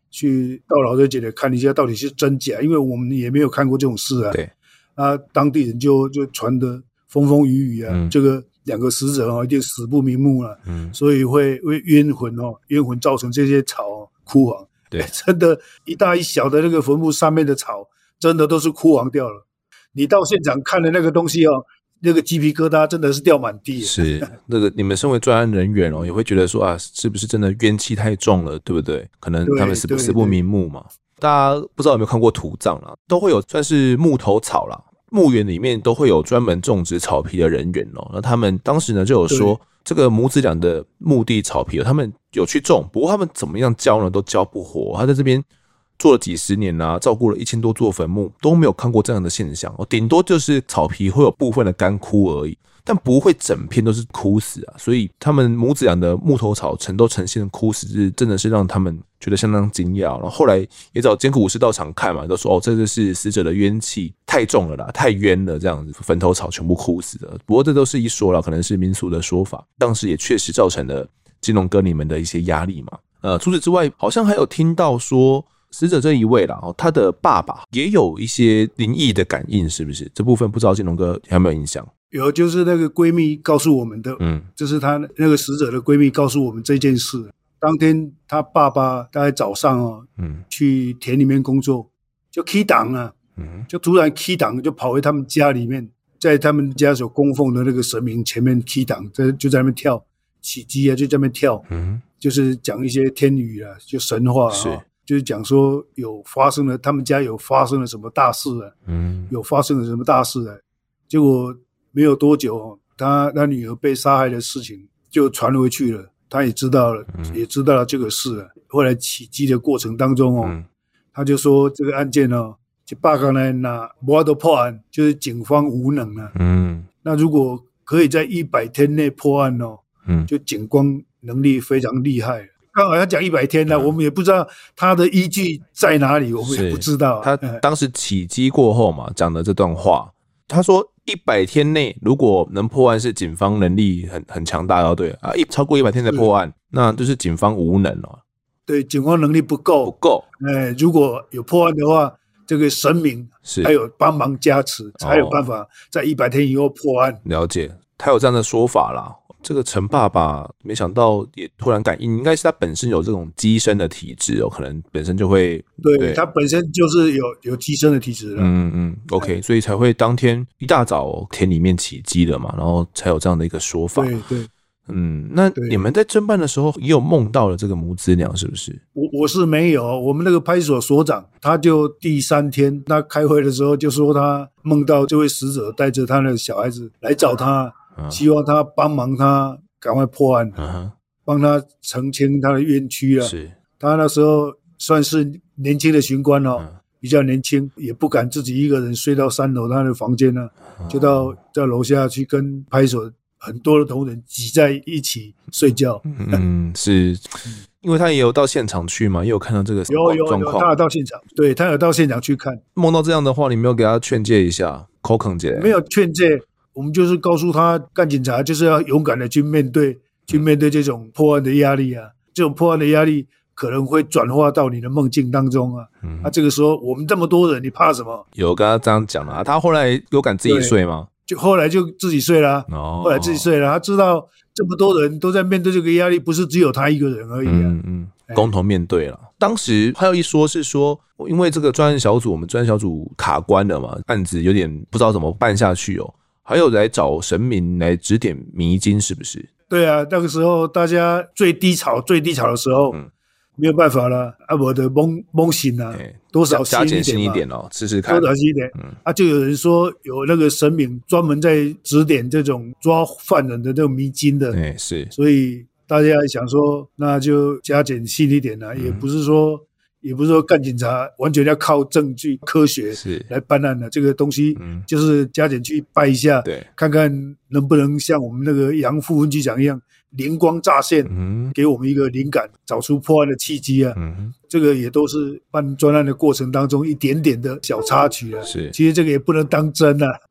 去到老人节的看一下到底是真假，因为我们也没有看过这种事啊。 对， 啊，当地人就就传得风风雨雨啊， 嗯、 这个两个死者哦一定死不瞑目了，嗯，所以会会冤魂哦，冤魂造成这些草、哦、枯黄。 对， 真的，一大一小的那个坟墓上面的草，真的都是枯黄掉了。你到现场看的那个东西哦。那个鸡皮疙瘩真的是掉满地。 是那个你们身为专案人员哦，也会觉得说啊，是不是真的冤气太重了，对不对？可能他们死不死不瞑目嘛。大家不知道有没有看过土葬啦，都会有算是木头草啦，墓园里面都会有专门种植草皮的人员哦。那他们当时呢就有说，这个母子俩的墓地草皮、哦、他们有去种，不过他们怎么样浇呢，都浇不活。他在这边做了几十年啊，照顾了一千多座坟墓，都没有看过这样的现象。顶多就是草皮会有部分的干枯而已，但不会整片都是枯死啊。所以他们母子俩的木头草呈都呈现枯死，是真的是让他们觉得相当惊讶。然后后来也找监古武士到场看嘛，都说哦，这就是死者的冤气太重了啦，太冤了，这样子坟头草全部枯死的。不过这都是一说啦，可能是民俗的说法，当时也确实造成了金龙哥你们的一些压力嘛。呃，除此之外，好像还有听到说。死者这一位啦，他的爸爸也有一些灵异的感应，是不是？这部分不知道建龙哥有没有印象？ 有，就是那个闺蜜告诉我们的，嗯，就是他那个死者的闺蜜告诉我们这件事。当天他爸爸大概早上哦，嗯，去田里面工作，就起档啊，嗯，就突然起档，就跑回他们家里面，在他们家所供奉的那个神明前面起档，在就在那边跳起鸡啊，就在那边跳，嗯，就是讲一些天语啊，就神话啊。是。就是讲说有发生了，他们家有发生了什么大事啊？嗯，有发生了什么大事啊？结果没有多久，他他女儿被杀害的事情就传回去了，他也知道了，嗯、也知道了这个事了。后来起击的过程当中哦，嗯、他就说这个案件哦，就八个人呐，没法破案，就是警方无能啊。嗯，那如果可以在一百天内破案哦，嗯，就警方能力非常厉害。刚好他讲一百天了、嗯，我们也不知道他的依据在哪里，我们也不知道。 他当时起击过后嘛，讲的这段话，他说一百天内如果能破案，是警方能力很很强大哦，对啊，一超过一百天才破案，那就是警方无能了。 对，警方能力不够， 不够。 哎，如果有破案的话，这个神明还有帮忙加持，才有办法在一百天以后破案。 了解，他有这样的说法啦。这个陈爸爸没想到也突然感应，应该是他本身有这种机身的体质哦，可能本身就会对, 对他本身就是有有机身的体质了。 嗯嗯 ，OK， 所以才会当天一大早、哦、田里面起鸡了嘛，然后才有这样的一个说法。 对对， 嗯，那你们在侦办的时候也有梦到了这个母子俩是不是？ 我我是没有，我们那个派出所所长他就第三天他开会的时候就说他梦到这位死者带着他的小孩子来找他。希望他帮忙他赶快破案，嗯、帮他澄清他的冤屈啊。是，他那时候算是年轻的巡官哦，嗯、比较年轻，也不敢自己一个人睡到三楼他的房间呢、啊，就到到楼下去跟派出所很多的同仁挤在一起睡觉。 嗯，是因为他也有到现场去嘛，也有看到这个状况。 有有有，他有到现场，对他有到现场去看。 梦到这样的话，你没有给他劝诫一下，口肯诫？ 没有劝诫。我们就是告诉他，干警察就是要勇敢的去面对，去面对这种破案的压力啊！这种破案的压力可能会转化到你的梦境当中啊！嗯、啊，这个时候我们这么多人，你怕什么？ 有跟他这样讲了、啊，他后来有敢自己睡吗？ 就后来就自己睡了、啊哦，后来自己睡了。他知道这么多人都在面对这个压力，不是只有他一个人而已啊！ 嗯嗯，共同面对了。当时还有一说是说，因为这个专案小组，我们专案小组卡关了嘛，案子有点不知道怎么办下去哦。还有来找神明来指点迷津，是不是？ 对啊，那个时候大家最低潮、最低潮的时候，嗯、没有办法了，啊，我的懵懵醒啊，多少加减心一点哦，试试看， 多少心一点、嗯，啊，就有人说有那个神明专门在指点这种抓犯人的这种迷津的， 哎，是， 所以大家想说，那就加减心一点啊，嗯、也不是说。也不是说干警察完全要靠证据科学来办案的，这个东西就是加减去拜一下，对，看看能不能像我们那个杨副分局长一样灵光乍现，嗯、给我们一个灵感，找出破案的契机啊。嗯、这个也都是办专案的过程当中一点点的小插曲啊。是，其实这个也不能当真啊。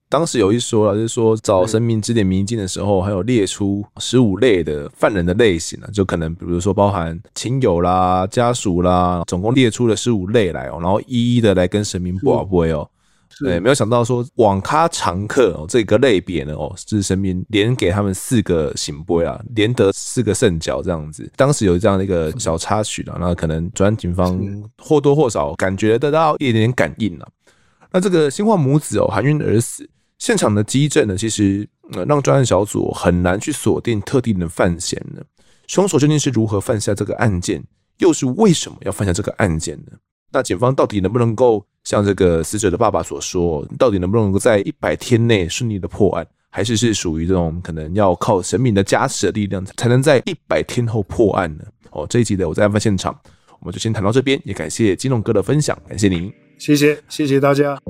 当时有一说了，就是说找神明指点迷津的时候，还有列出十五类的犯人的类型啊，就可能比如说包含亲友啦、家属啦，总共列出了十五类来哦，然后一一的来跟神明报备哦。对，没有想到说网咖常客哦这个类别呢哦，是神明连给他们四个醒杯啊，连得四个圣角这样子。当时有这样的一个小插曲啦，那可能专案警方或多或少感觉得到一点点感应啦。那这个新化母子哦含孕而死，现场的基证呢，其实、呃、让专案小组、哦、很难去锁定特定的犯嫌呢。凶手究竟是如何犯下这个案件，又是为什么要犯下这个案件呢？那检方到底能不能够像这个死者的爸爸所说，到底能不能够在一百天内顺利的破案，还是是属于这种可能要靠神明的加持的力量才能在一百天后破案呢？哦，这一集的我在案发现场，我们就先谈到这边，也感谢金龙哥的分享，感谢您， 谢谢，谢谢大家。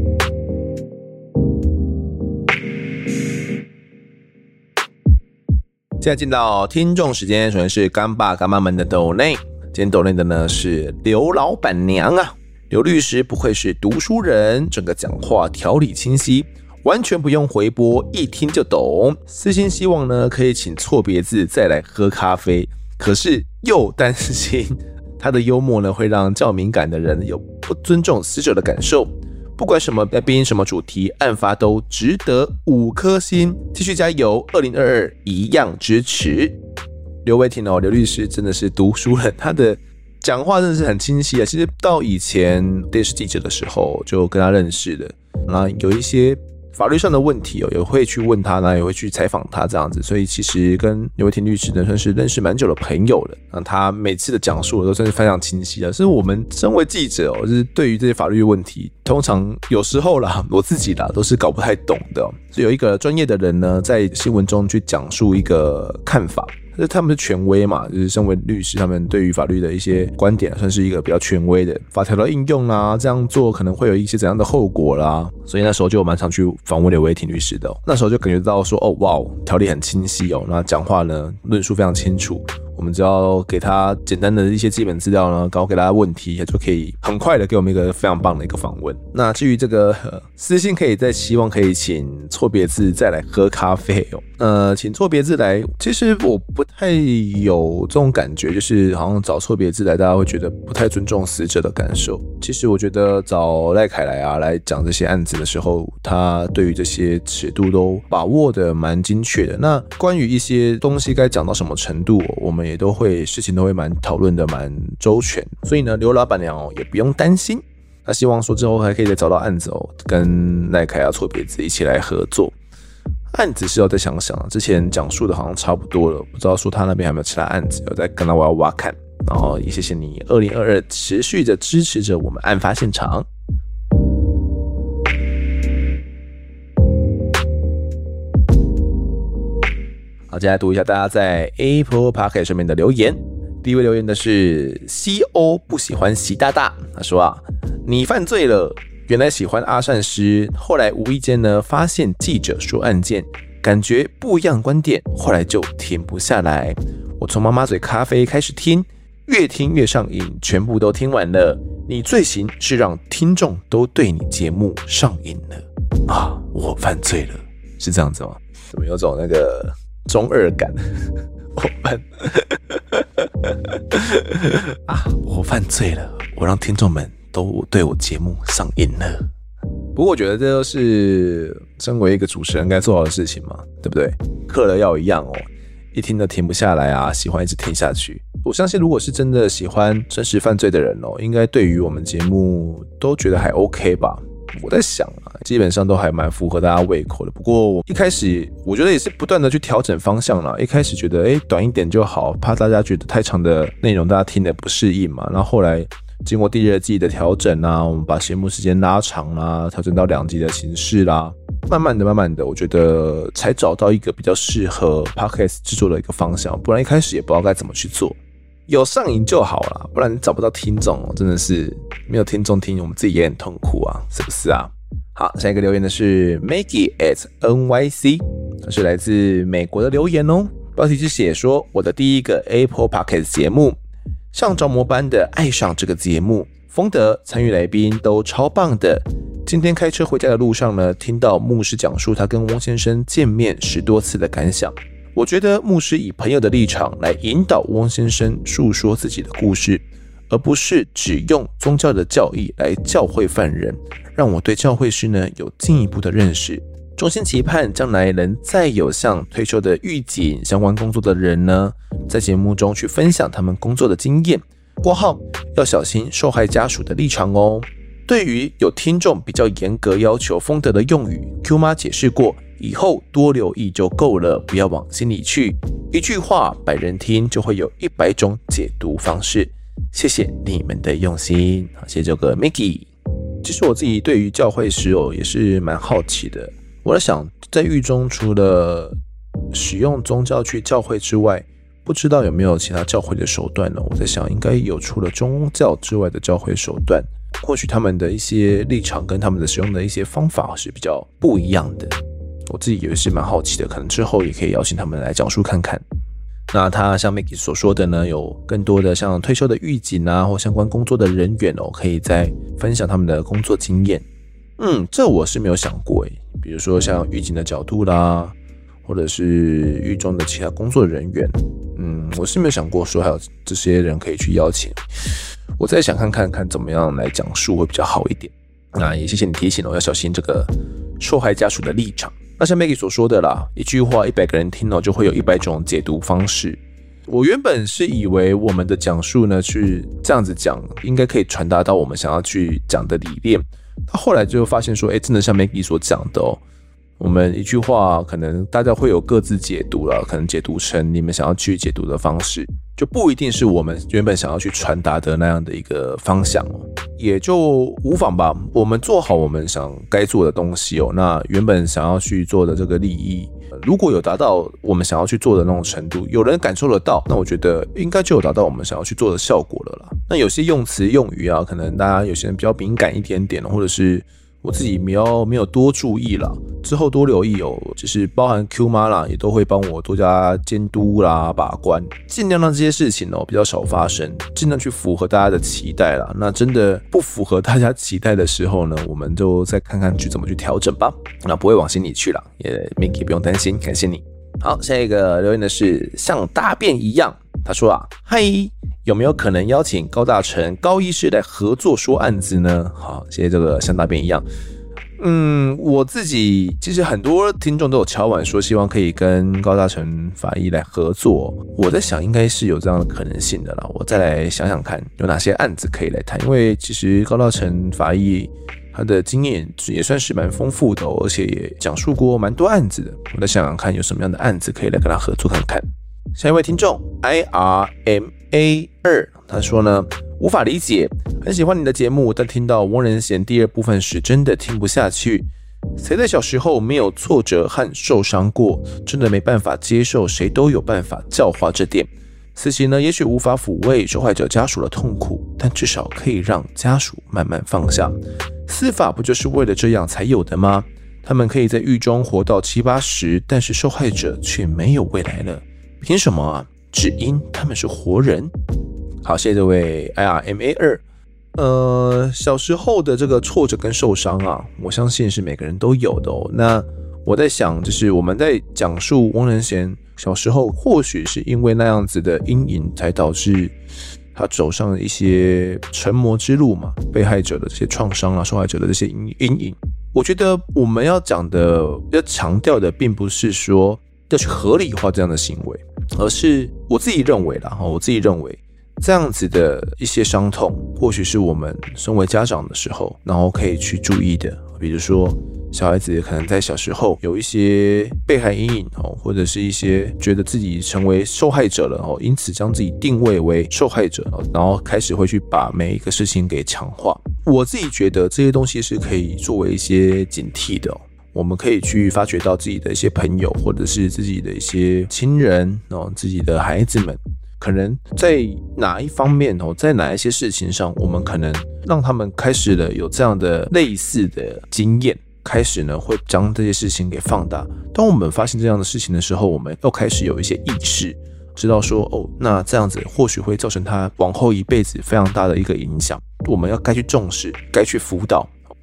现在进到听众时间，首先是干爸干妈们的抖内，今天抖内的呢是刘老板娘啊，刘律师不愧是读书人，整个讲话条理清晰，完全不用回播，一听就懂。私心希望呢可以请错别字再来喝咖啡，可是又担心他的幽默呢会让较敏感的人有不尊重死者的感受。不管什么来宾什么主题，案发都值得五颗星，继续加油，二零二二一样支持。刘伟霆哦，刘律师真的是读书人，他的讲话真的是很清晰啊。其实到以前电视记者的时候就跟他认识的，那有一些法律上的问题哦，也会去问他，那也会去采访他这样子，所以其实跟刘伟霆律师呢算是认识蛮久的朋友了。那他每次的讲述都算是非常清晰的，是我们身为记者哦，就是对于这些法律问题，通常有时候啦，我自己啦都是搞不太懂的哦。所以有一个专业的人呢，在新闻中去讲述一个看法。他们是权威嘛，就是身为律师，他们对于法律的一些观点算是一个比较权威的法条的应用啦，这样做可能会有一些怎样的后果啦，所以那时候就蛮常去访问刘伟霆律师的、哦。那时候就感觉到说，哦哇，条理很清晰哦，那讲话呢论述非常清楚。我们只要给他简单的一些基本资料呢，搞给他问题，就可以很快的给我们一个非常棒的一个访问。那至于这个、呃、私信，可以再希望可以请错别字再来喝咖啡哦。呃，请错别字来，其实我不太有这种感觉，就是好像找错别字来，大家会觉得不太尊重死者的感受。其实我觉得找赖凯来啊来讲这些案子的时候，他对于这些尺度都把握的蛮精确的。那关于一些东西该讲到什么程度、哦，我们也都会事情都会蛮讨论的蛮周全，所以呢，刘老板娘哦也不用担心。那希望说之后还可以再找到案子哦，跟赖凯啊错别字一起来合作。案子是要再想想，之前讲述的好像差不多了，不知道说他那边还有没有其他案子，要再跟他挖挖看。然后也谢谢你二零二二持续的支持着我们案发现场。好，接下来读一下大家在 Apple Podcast 上面的留言。第一位留言的是 C O 不喜欢习大大，他说啊，你犯罪了。原来喜欢阿善师，后来无意间呢发现记者说案件，感觉不一样的观点，后来就停不下来。我从妈妈嘴咖啡开始听，越听越上瘾，全部都听完了。你罪行是让听众都对你节目上瘾了啊！我犯罪了，是这样子吗？怎么有种那个中二感？我犯啊！我犯罪了，我让听众们都对我节目上瘾了。不过我觉得这就是身为一个主持人该做好的事情嘛，对不对？嗑了药一样哦，一听都停不下来啊，喜欢一直听下去。我相信如果是真的喜欢真实犯罪的人哦，应该对于我们节目都觉得还 OK 吧。我在想啊，基本上都还蛮符合大家胃口的。不过我一开始我觉得也是不断的去调整方向啦。一开始觉得哎短一点就好，怕大家觉得太长的内容大家听得不适应嘛。然后后来经过第二季的调整啊，我们把节目时间拉长啦，调整到两集的形式啦，慢慢的慢慢的我觉得才找到一个比较适合 Podcast 制作的一个方向。不然一开始也不知道该怎么去做。有上瘾就好啦，不然你找不到听众哦，真的是没有听众听，我们自己也很痛苦啊，是不是啊？好，下一个留言的是 Maggie at N Y C， 这是来自美国的留言哦。标题是写说我的第一个 Apple Podcast 节目，像着魔般的爱上这个节目，风德参与来宾都超棒的， 今天开车回家的路上呢，听到牧师讲述他跟翁先生见面十多次的感想。我觉得牧师以朋友的立场来引导翁先生述说自己的故事，而不是只用宗教的教义来教诲犯人，让我对教会师呢有进一步的认识。衷心期盼将来能再有像退休的狱警相关工作的人呢，在节目中去分享他们工作的经验。括号要小心受害家属的立场哦。对于有听众比较严格要求丰德的用语 ，Q 妈解释过，以后多留意就够了，不要往心里去。一句话百人听，就会有一百种解读方式。谢谢你们的用心，谢谢这个 Mickey。其实我自己对于教会师哦也是蛮好奇的。我在想，在狱中除了使用宗教去教会之外，不知道有没有其他教会的手段呢？我在想，应该有除了宗教之外的教会手段。或许他们的一些立场跟他们的使用的一些方法是比较不一样的，我自己也是蛮好奇的，可能之后也可以邀请他们来讲述看看。那他像 Mickey 所说的呢，有更多的像退休的狱警啊，或相关工作的人员哦，可以再分享他们的工作经验。嗯，这我是没有想过诶，比如说像狱警的角度啦，或者是狱中的其他工作人员，嗯，我是没有想过说还有这些人可以去邀请。我再想看看看怎么样来讲述会比较好一点。那也谢谢你提醒了，我要小心这个受害家属的立场。那像 Maggie 所说的啦，一句话一百个人听了就会有一百种解读方式。我原本是以为我们的讲述呢去这样子讲，应该可以传达到我们想要去讲的理念。他后来就发现说，哎，真的像 Maggie 所讲的哦，我们一句话可能大家会有各自解读了，可能解读成你们想要去解读的方式，就不一定是我们原本想要去传达的那样的一个方向哦，也就无妨吧。我们做好我们想该做的东西哦，那原本想要去做的这个利益，如果有达到我们想要去做的那种程度，有人感受得到，那我觉得应该就有达到我们想要去做的效果了啦。那有些用词用语啊，可能大家有些人比较敏感一点点，或者是我自己没有没有多注意啦，之后多留意哦，就是包含 Q 妈啦，也都会帮我多加监督啦、把关，尽量让这些事情哦比较少发生，尽量去符合大家的期待啦。那真的不符合大家期待的时候呢，我们就再看看去怎么去调整吧。那不会往心里去啦，也 Mickey 不用担心，感谢你。好，下一个留言的是像大便一样，他说啊，嗨，有没有可能邀请高大成、高医师来合作说案子呢？好，谢谢这个像大便一样。嗯，我自己其实很多听众都有敲碗说，希望可以跟高大成法医来合作。我在想，应该是有这样的可能性的啦。我再来想想看，有哪些案子可以来谈。因为其实高大成法医他的经验也算是蛮丰富的哦，而且也讲述过蛮多案子的。我再想想看，有什么样的案子可以来跟他合作看看。下一位听众 I R M A 二， 他说呢，无法理解，很喜欢你的节目，但听到翁仁贤第二部分时真的听不下去。谁在小时候没有挫折和受伤过？真的没办法接受谁都有办法教化这点。死刑呢，也许无法抚慰受害者家属的痛苦，但至少可以让家属慢慢放下。司法不就是为了这样才有的吗？他们可以在狱中活到七八十，但是受害者却没有未来了。凭什么啊？只因他们是活人。好，谢谢这位 I R M A 二。呃，小时候的这个挫折跟受伤啊，我相信是每个人都有的哦。那我在想，就是我们在讲述翁仁贤小时候，或许是因为那样子的阴影，才导致他走上了一些成魔之路嘛。被害者的这些创伤啊，受害者的这些阴影，我觉得我们要讲的、要强调的，并不是说要去合理化这样的行为，而是我自己认为啦，我自己认为这样子的一些伤痛，或许是我们身为家长的时候，然后可以去注意的。比如说，小孩子可能在小时候有一些被害阴影，或者是一些觉得自己成为受害者了，因此将自己定位为受害者，然后开始会去把每一个事情给强化。我自己觉得这些东西是可以作为一些警惕的。我们可以去发掘到自己的一些朋友，或者是自己的一些亲人，自己的孩子们，可能在哪一方面，在哪一些事情上，我们可能让他们开始了有这样的类似的经验，开始呢会将这些事情给放大。当我们发现这样的事情的时候，我们又开始有一些意识，知道说哦，那这样子或许会造成他往后一辈子非常大的一个影响。我们要该去重视，该去辅导。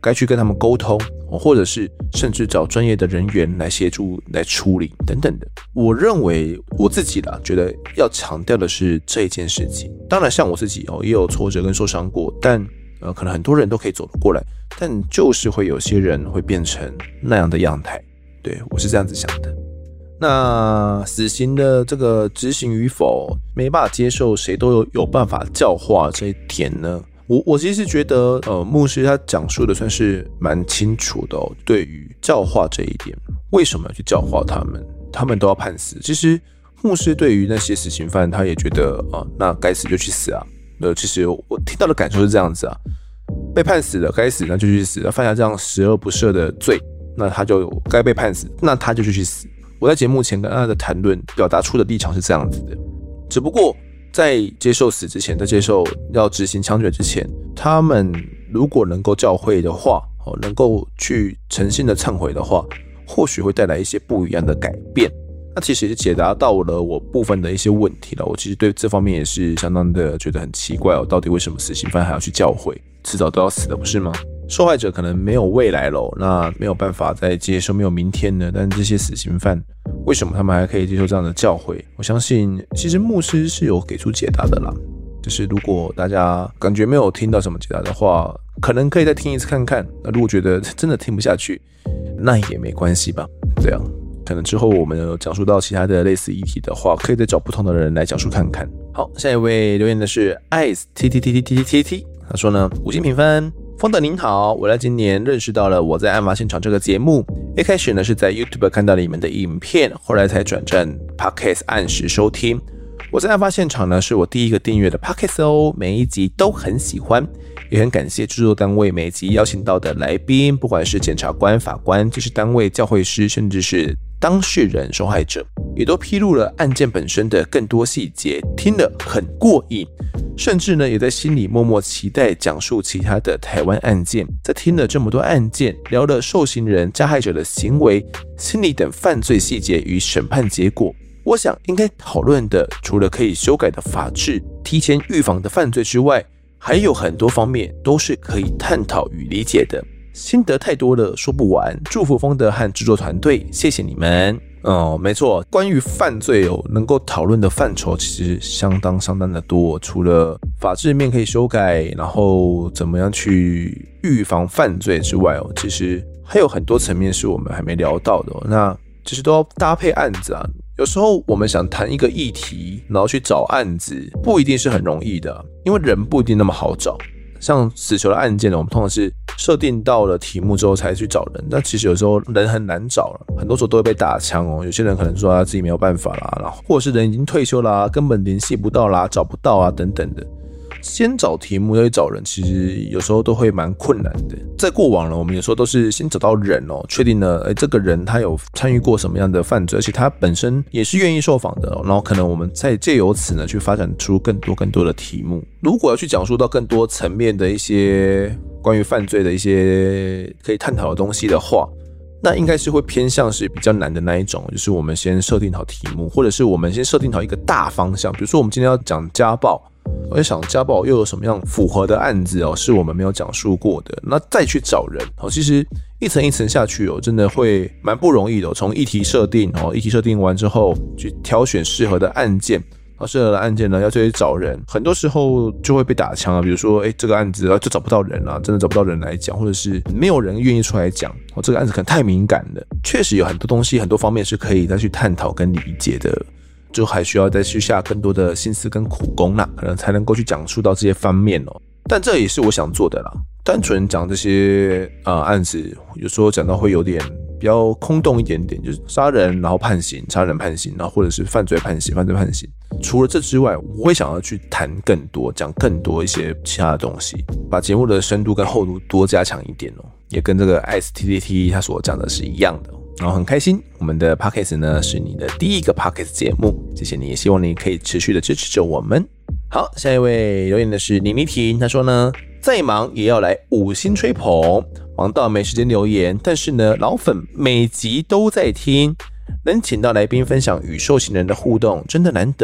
该去跟他们沟通，或者是甚至找专业的人员来协助来处理等等的。我认为我自己啦，觉得要强调的是这一件事情。当然像我自己也有挫折跟受伤过，但呃，可能很多人都可以走得过来，但就是会有些人会变成那样的样态。对，我是这样子想的。那死刑的这个执行与否，没办法接受谁都有有办法教化这一点呢？我我其实觉得，呃，牧师他讲述的算是蛮清楚的哦。对于教化这一点，为什么要去教化他们？他们都要判死。其实牧师对于那些死刑犯，他也觉得啊、呃，那该死就去死啊。呃，其实我听到的感受是这样子啊，被判死了，该死那就去死，犯下这样十恶不赦的罪，那他就该被判死，那他就去死。我在节目前跟他的谈论表达出的立场是这样子的，只不过在接受死之前，在接受要执行枪决之前，他们如果能够教会的话，能够去诚心的忏悔的话，或许会带来一些不一样的改变。那其实也解答到了我部分的一些问题了。我其实对这方面也是相当的觉得很奇怪哦，到底为什么死刑犯还要去教会？迟早都要死的，不是吗？受害者可能没有未来了，那没有办法再接受，没有明天了。但这些死刑犯为什么他们还可以接受这样的教诲？我相信其实牧师是有给出解答的啦。就是如果大家感觉没有听到什么解答的话，可能可以再听一次看看。那如果觉得真的听不下去，那也没关系吧。这样可能之后我们有讲述到其他的类似议题的话，可以再找不同的人来讲述看看。好，下一位留言的是 ice t t t t t t t， 他说呢，五星评分。丰德您好，我在今年认识到了我在案发现场这个节目，一开始呢是在 YouTube 看到了你们的影片，后来才转战 Podcast 按时收听。我在案发现场呢是我第一个订阅的 Podcast 哦，每一集都很喜欢，也很感谢制作单位每集邀请到的来宾，不管是检察官、法官、技师单位、教会师，甚至是当事人、受害者，也都披露了案件本身的更多细节，听了很过瘾。甚至呢，也在心里默默期待讲述其他的台湾案件。在听了这么多案件，聊了受刑人、加害者的行为、心理等犯罪细节与审判结果，我想应该讨论的，除了可以修改的法制、提前预防的犯罪之外，还有很多方面都是可以探讨与理解的。心得太多了，说不完。祝福丰德和制作团队，谢谢你们。哦，没错，关于犯罪哦，能够讨论的范畴其实相当相当的多。除了法制面可以修改，然后怎么样去预防犯罪之外哦，其实还有很多层面是我们还没聊到的哦。那其实都要搭配案子啊。有时候我们想谈一个议题，然后去找案子，不一定是很容易的，因为人不一定那么好找。像死囚的案件呢，我们通常是设定到了题目之后才去找人，但其实有时候人很难找了，很多时候都会被打枪哦。有些人可能说他自己没有办法啦，然后或者是人已经退休啦，根本联系不到啦，找不到啊等等的。先找题目再去找人，其实有时候都会蛮困难的。在过往呢，我们有时候都是先找到人哦，确定了，哎，这个人他有参与过什么样的犯罪，而且他本身也是愿意受访的哦，然后可能我们再借由此呢，去发展出更多更多的题目。如果要去讲述到更多层面的一些关于犯罪的一些可以探讨的东西的话，那应该是会偏向是比较难的那一种，就是我们先设定好题目，或者是我们先设定好一个大方向。比如说我们今天要讲家暴，我在想家暴又有什么样符合的案子哦，是我们没有讲述过的，那再去找人哦。其实一层一层下去哦，真的会蛮不容易的哦。从议题设定哦，议题设定完之后，去挑选适合的案件。适合的案件呢，要再去找人，很多时候就会被打枪啊。比如说，哎，这个案子就找不到人啊，真的找不到人来讲，或者是没有人愿意出来讲，哦，这个案子可能太敏感了。确实有很多东西，很多方面是可以再去探讨跟理解的，就还需要再去下更多的心思跟苦功啦，可能才能够去讲述到这些方面哦。但这也是我想做的啦。单纯讲这些呃案子，有时候讲到会有点比较空洞一点点，就是杀人然后判刑，杀人判刑，然后或者是犯罪判刑，犯罪判刑。除了这之外，我会想要去谈更多，讲更多一些其他的东西，把节目的深度跟厚度多加强一点哦，也跟这个 S T T T 他所讲的是一样的。然后很开心，我们的 Podcast 呢是你的第一个 Podcast 节目，谢谢你，也希望你可以持续的支持着我们。好，下一位留言的是倪妮婷，他说呢，再忙也要来五星吹捧，忙到没时间留言，但是呢，老粉每集都在听，能请到来宾分享与受刑人的互动，真的难得。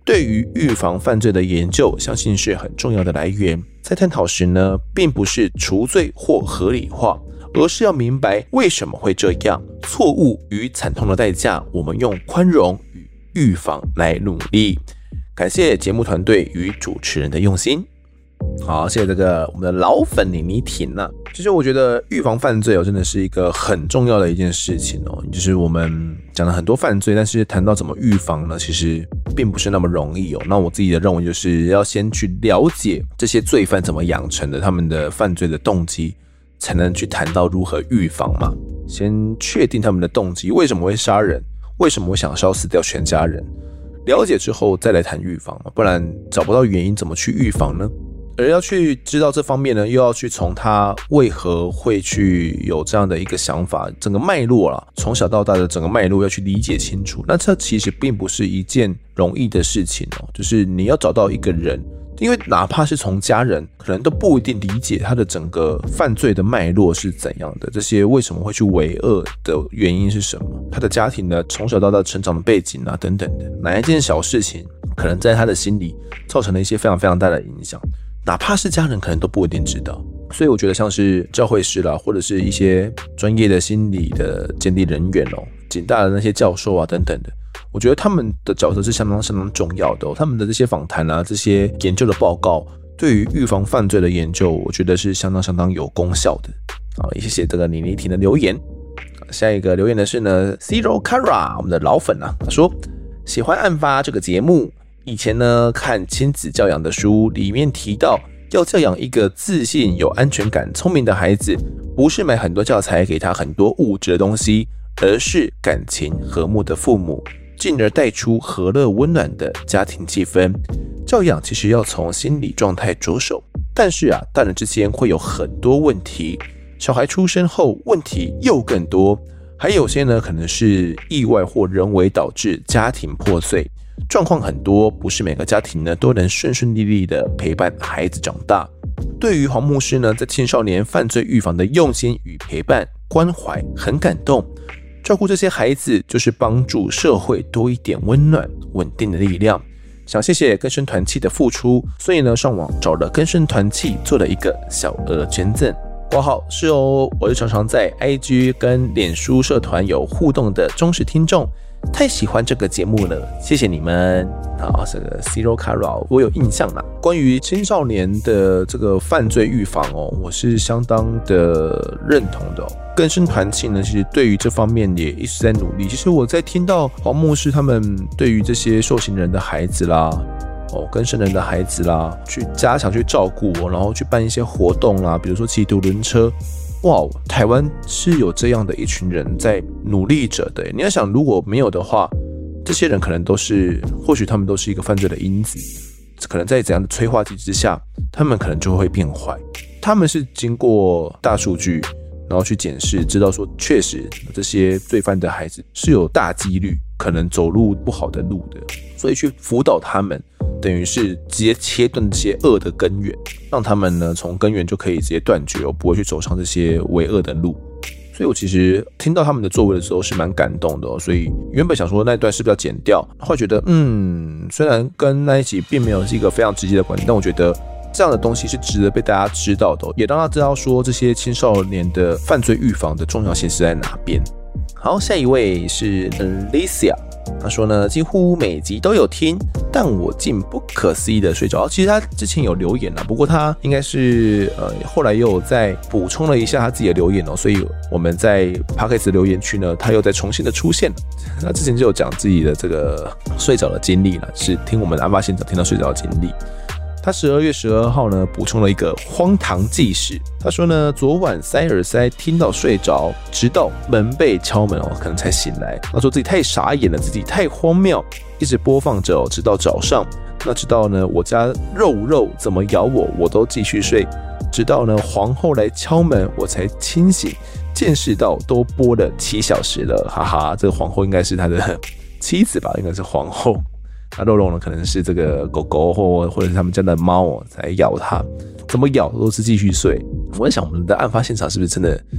对于预防犯罪的研究，相信是很重要的来源。在探讨时呢，并不是除罪或合理化，而是要明白为什么会这样，错误与惨痛的代价，我们用宽容与预防来努力。感谢节目团队与主持人的用心。好，谢谢这个我们的老粉妮妮婷啊。其实我觉得预防犯罪哦，真的是一个很重要的一件事情哦。就是我们讲了很多犯罪，但是谈到怎么预防呢，其实并不是那么容易哦。那我自己的认为就是要先去了解这些罪犯怎么养成的，他们的犯罪的动机，才能去谈到如何预防嘛。先确定他们的动机，为什么会杀人，为什么会想烧死掉全家人，了解之后再来谈预防嘛，不然找不到原因怎么去预防呢？而要去知道这方面呢，又要去从他为何会去有这样的一个想法，整个脉络啦，从小到大的整个脉络要去理解清楚。那这其实并不是一件容易的事情哦，就是你要找到一个人，因为哪怕是从家人，可能都不一定理解他的整个犯罪的脉络是怎样的，这些为什么会去为恶的原因是什么，他的家庭呢，从小到大成长的背景啊等等的，哪一件小事情可能在他的心里造成了一些非常非常大的影响。哪怕是家人可能都不一定知道，所以我觉得像是教会师啦，或者是一些专业的心理的鉴定人员哦，警大的那些教授啊等等的，我觉得他们的角色是相当相当重要的哦。他们的这些访谈啊，这些研究的报告，对于预防犯罪的研究，我觉得是相当相当有功效的。好，也谢谢这个妮妮婷的留言。下一个留言的是呢 Zero Kara， 我们的老粉啊，他说喜欢案发这个节目。以前呢，看亲子教养的书，里面提到要教养一个自信、有安全感、聪明的孩子，不是买很多教材给他很多物质的东西，而是感情和睦的父母，进而带出和乐温暖的家庭气氛。教养其实要从心理状态着手，但是啊，大人之间会有很多问题，小孩出生后问题又更多，还有些呢可能是意外或人为导致家庭破碎。状况很多，不是每个家庭呢都能顺顺利利的陪伴孩子长大。对于黄牧师呢，在青少年犯罪预防的用心与陪伴关怀，很感动。照顾这些孩子，就是帮助社会多一点温暖、稳定的力量。想谢谢更生团契的付出，所以呢，上网找了更生团契，做了一个小额捐赠。括号是哦，我是常常在 I G 跟脸书社团有互动的忠实听众。太喜欢这个节目了，谢谢你们。好，这个 Zero Kara 我有印象啦。关于青少年的这个犯罪预防哦，我是相当的认同的哦。更生团契呢，其实对于这方面也一直在努力。其实我在听到黄牧师他们对于这些受刑人的孩子啦，哦，更生人的孩子啦，去加强去照顾哦，然后去办一些活动啦，比如说骑独轮车。哇，台湾是有这样的一群人在努力着的。你要想，如果没有的话，这些人可能都是，或许他们都是一个犯罪的因子，可能在怎样的催化剂之下，他们可能就会变坏。他们是经过大数据，然后去检视，知道说确实这些罪犯的孩子是有大几率可能走入不好的路的，所以去辅导他们，等于是直接切断这些恶的根源，让他们呢从根源就可以直接断绝，不会去走上这些为恶的路。所以我其实听到他们的作为的时候是蛮感动的哦，所以原本想说那一段是不是要剪掉，后来觉得嗯，虽然跟那一集并没有是一个非常直接的关系，但我觉得这样的东西是值得被大家知道的哦，也让他知道说这些青少年的犯罪预防的重要性是在哪边。好，下一位是 Alicia， 他说呢，几乎每集都有听，但我竟不可思议的睡着。其实他之前有留言啦，不过他应该是呃后来又有再补充了一下他自己的留言哦，所以我们在 Podcast 的留言区呢，他又再重新的出现了。那之前就有讲自己的这个睡着的经历了，是听我们的案发现场听到睡着的经历。他十二月十二号呢补充了一个荒唐纪实。他说呢，昨晚塞耳塞听到睡着，直到门被敲门哦，可能才醒来。他说自己太傻眼了，自己太荒谬，一直播放着哦，直到早上。那直到呢，我家肉肉怎么咬我，我都继续睡。直到呢，皇后来敲门，我才清醒，见识到都播了七小时了，哈哈。这个皇后应该是他的妻子吧，应该是皇后。那肉肉呢，可能是这个狗狗或或者是他们家的猫哦，才咬它，怎么咬都是继续睡。我在想，我们的案发现场是不是真的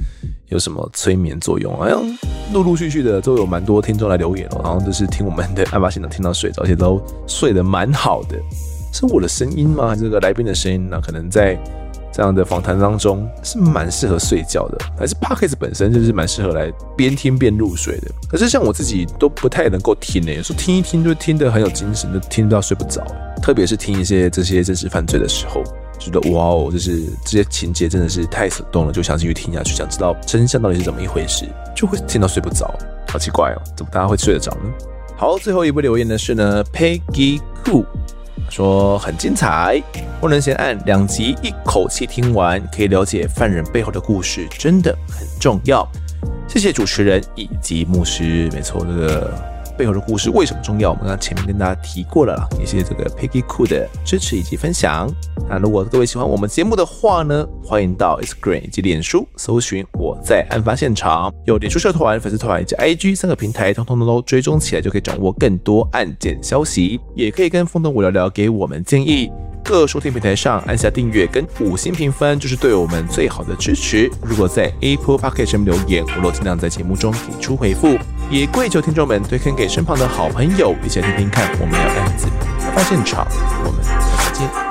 有什么催眠作用，好像陆陆续续的都有蛮多听众来留言哦，然后就是听我们的案发现场听到睡着，而且都睡得蛮好的。是我的声音吗？还是这个来宾的声音呢？可能在这样的访谈当中是蛮适合睡觉的，还是 Podcast 本身就是蛮适合来边听边入睡的。可是像我自己都不太能够听诶，有时候听一听就听得很有精神，就听到睡不着。特别是听一些这些真实犯罪的时候，觉得哇哦，就是这些情节真的是太耸动了，就想继续听下去，想知道真相到底是怎么一回事，就会听到睡不着。好奇怪哦，怎么大家会睡得着呢？好，最后一位留言的是呢 Peggy Koo。说很精彩，不能先按两集一口气听完，可以了解犯人背后的故事，真的很重要。谢谢主持人以及牧师。没错，这个背后的故事为什么重要？我们刚刚前面跟大家提过了啦，也谢谢这个 Peggy Koo 的支持以及分享。那如果各位喜欢我们节目的话呢，欢迎到 Instagram 以及脸书搜寻我在案发现场，有脸书社团、粉丝团以及 I G 三个平台，通通都追踪起来，就可以掌握更多案件消息。也可以跟风东我聊聊，给我们建议。各收听平台上按下订阅跟五星评分，就是对我们最好的支持。如果在 Apple Podcast 上面留言，我都尽量在节目中给出回复。也跪求听众们推荐给身旁的好朋友，一起来听听看我们的案子案发现场。我们下次见。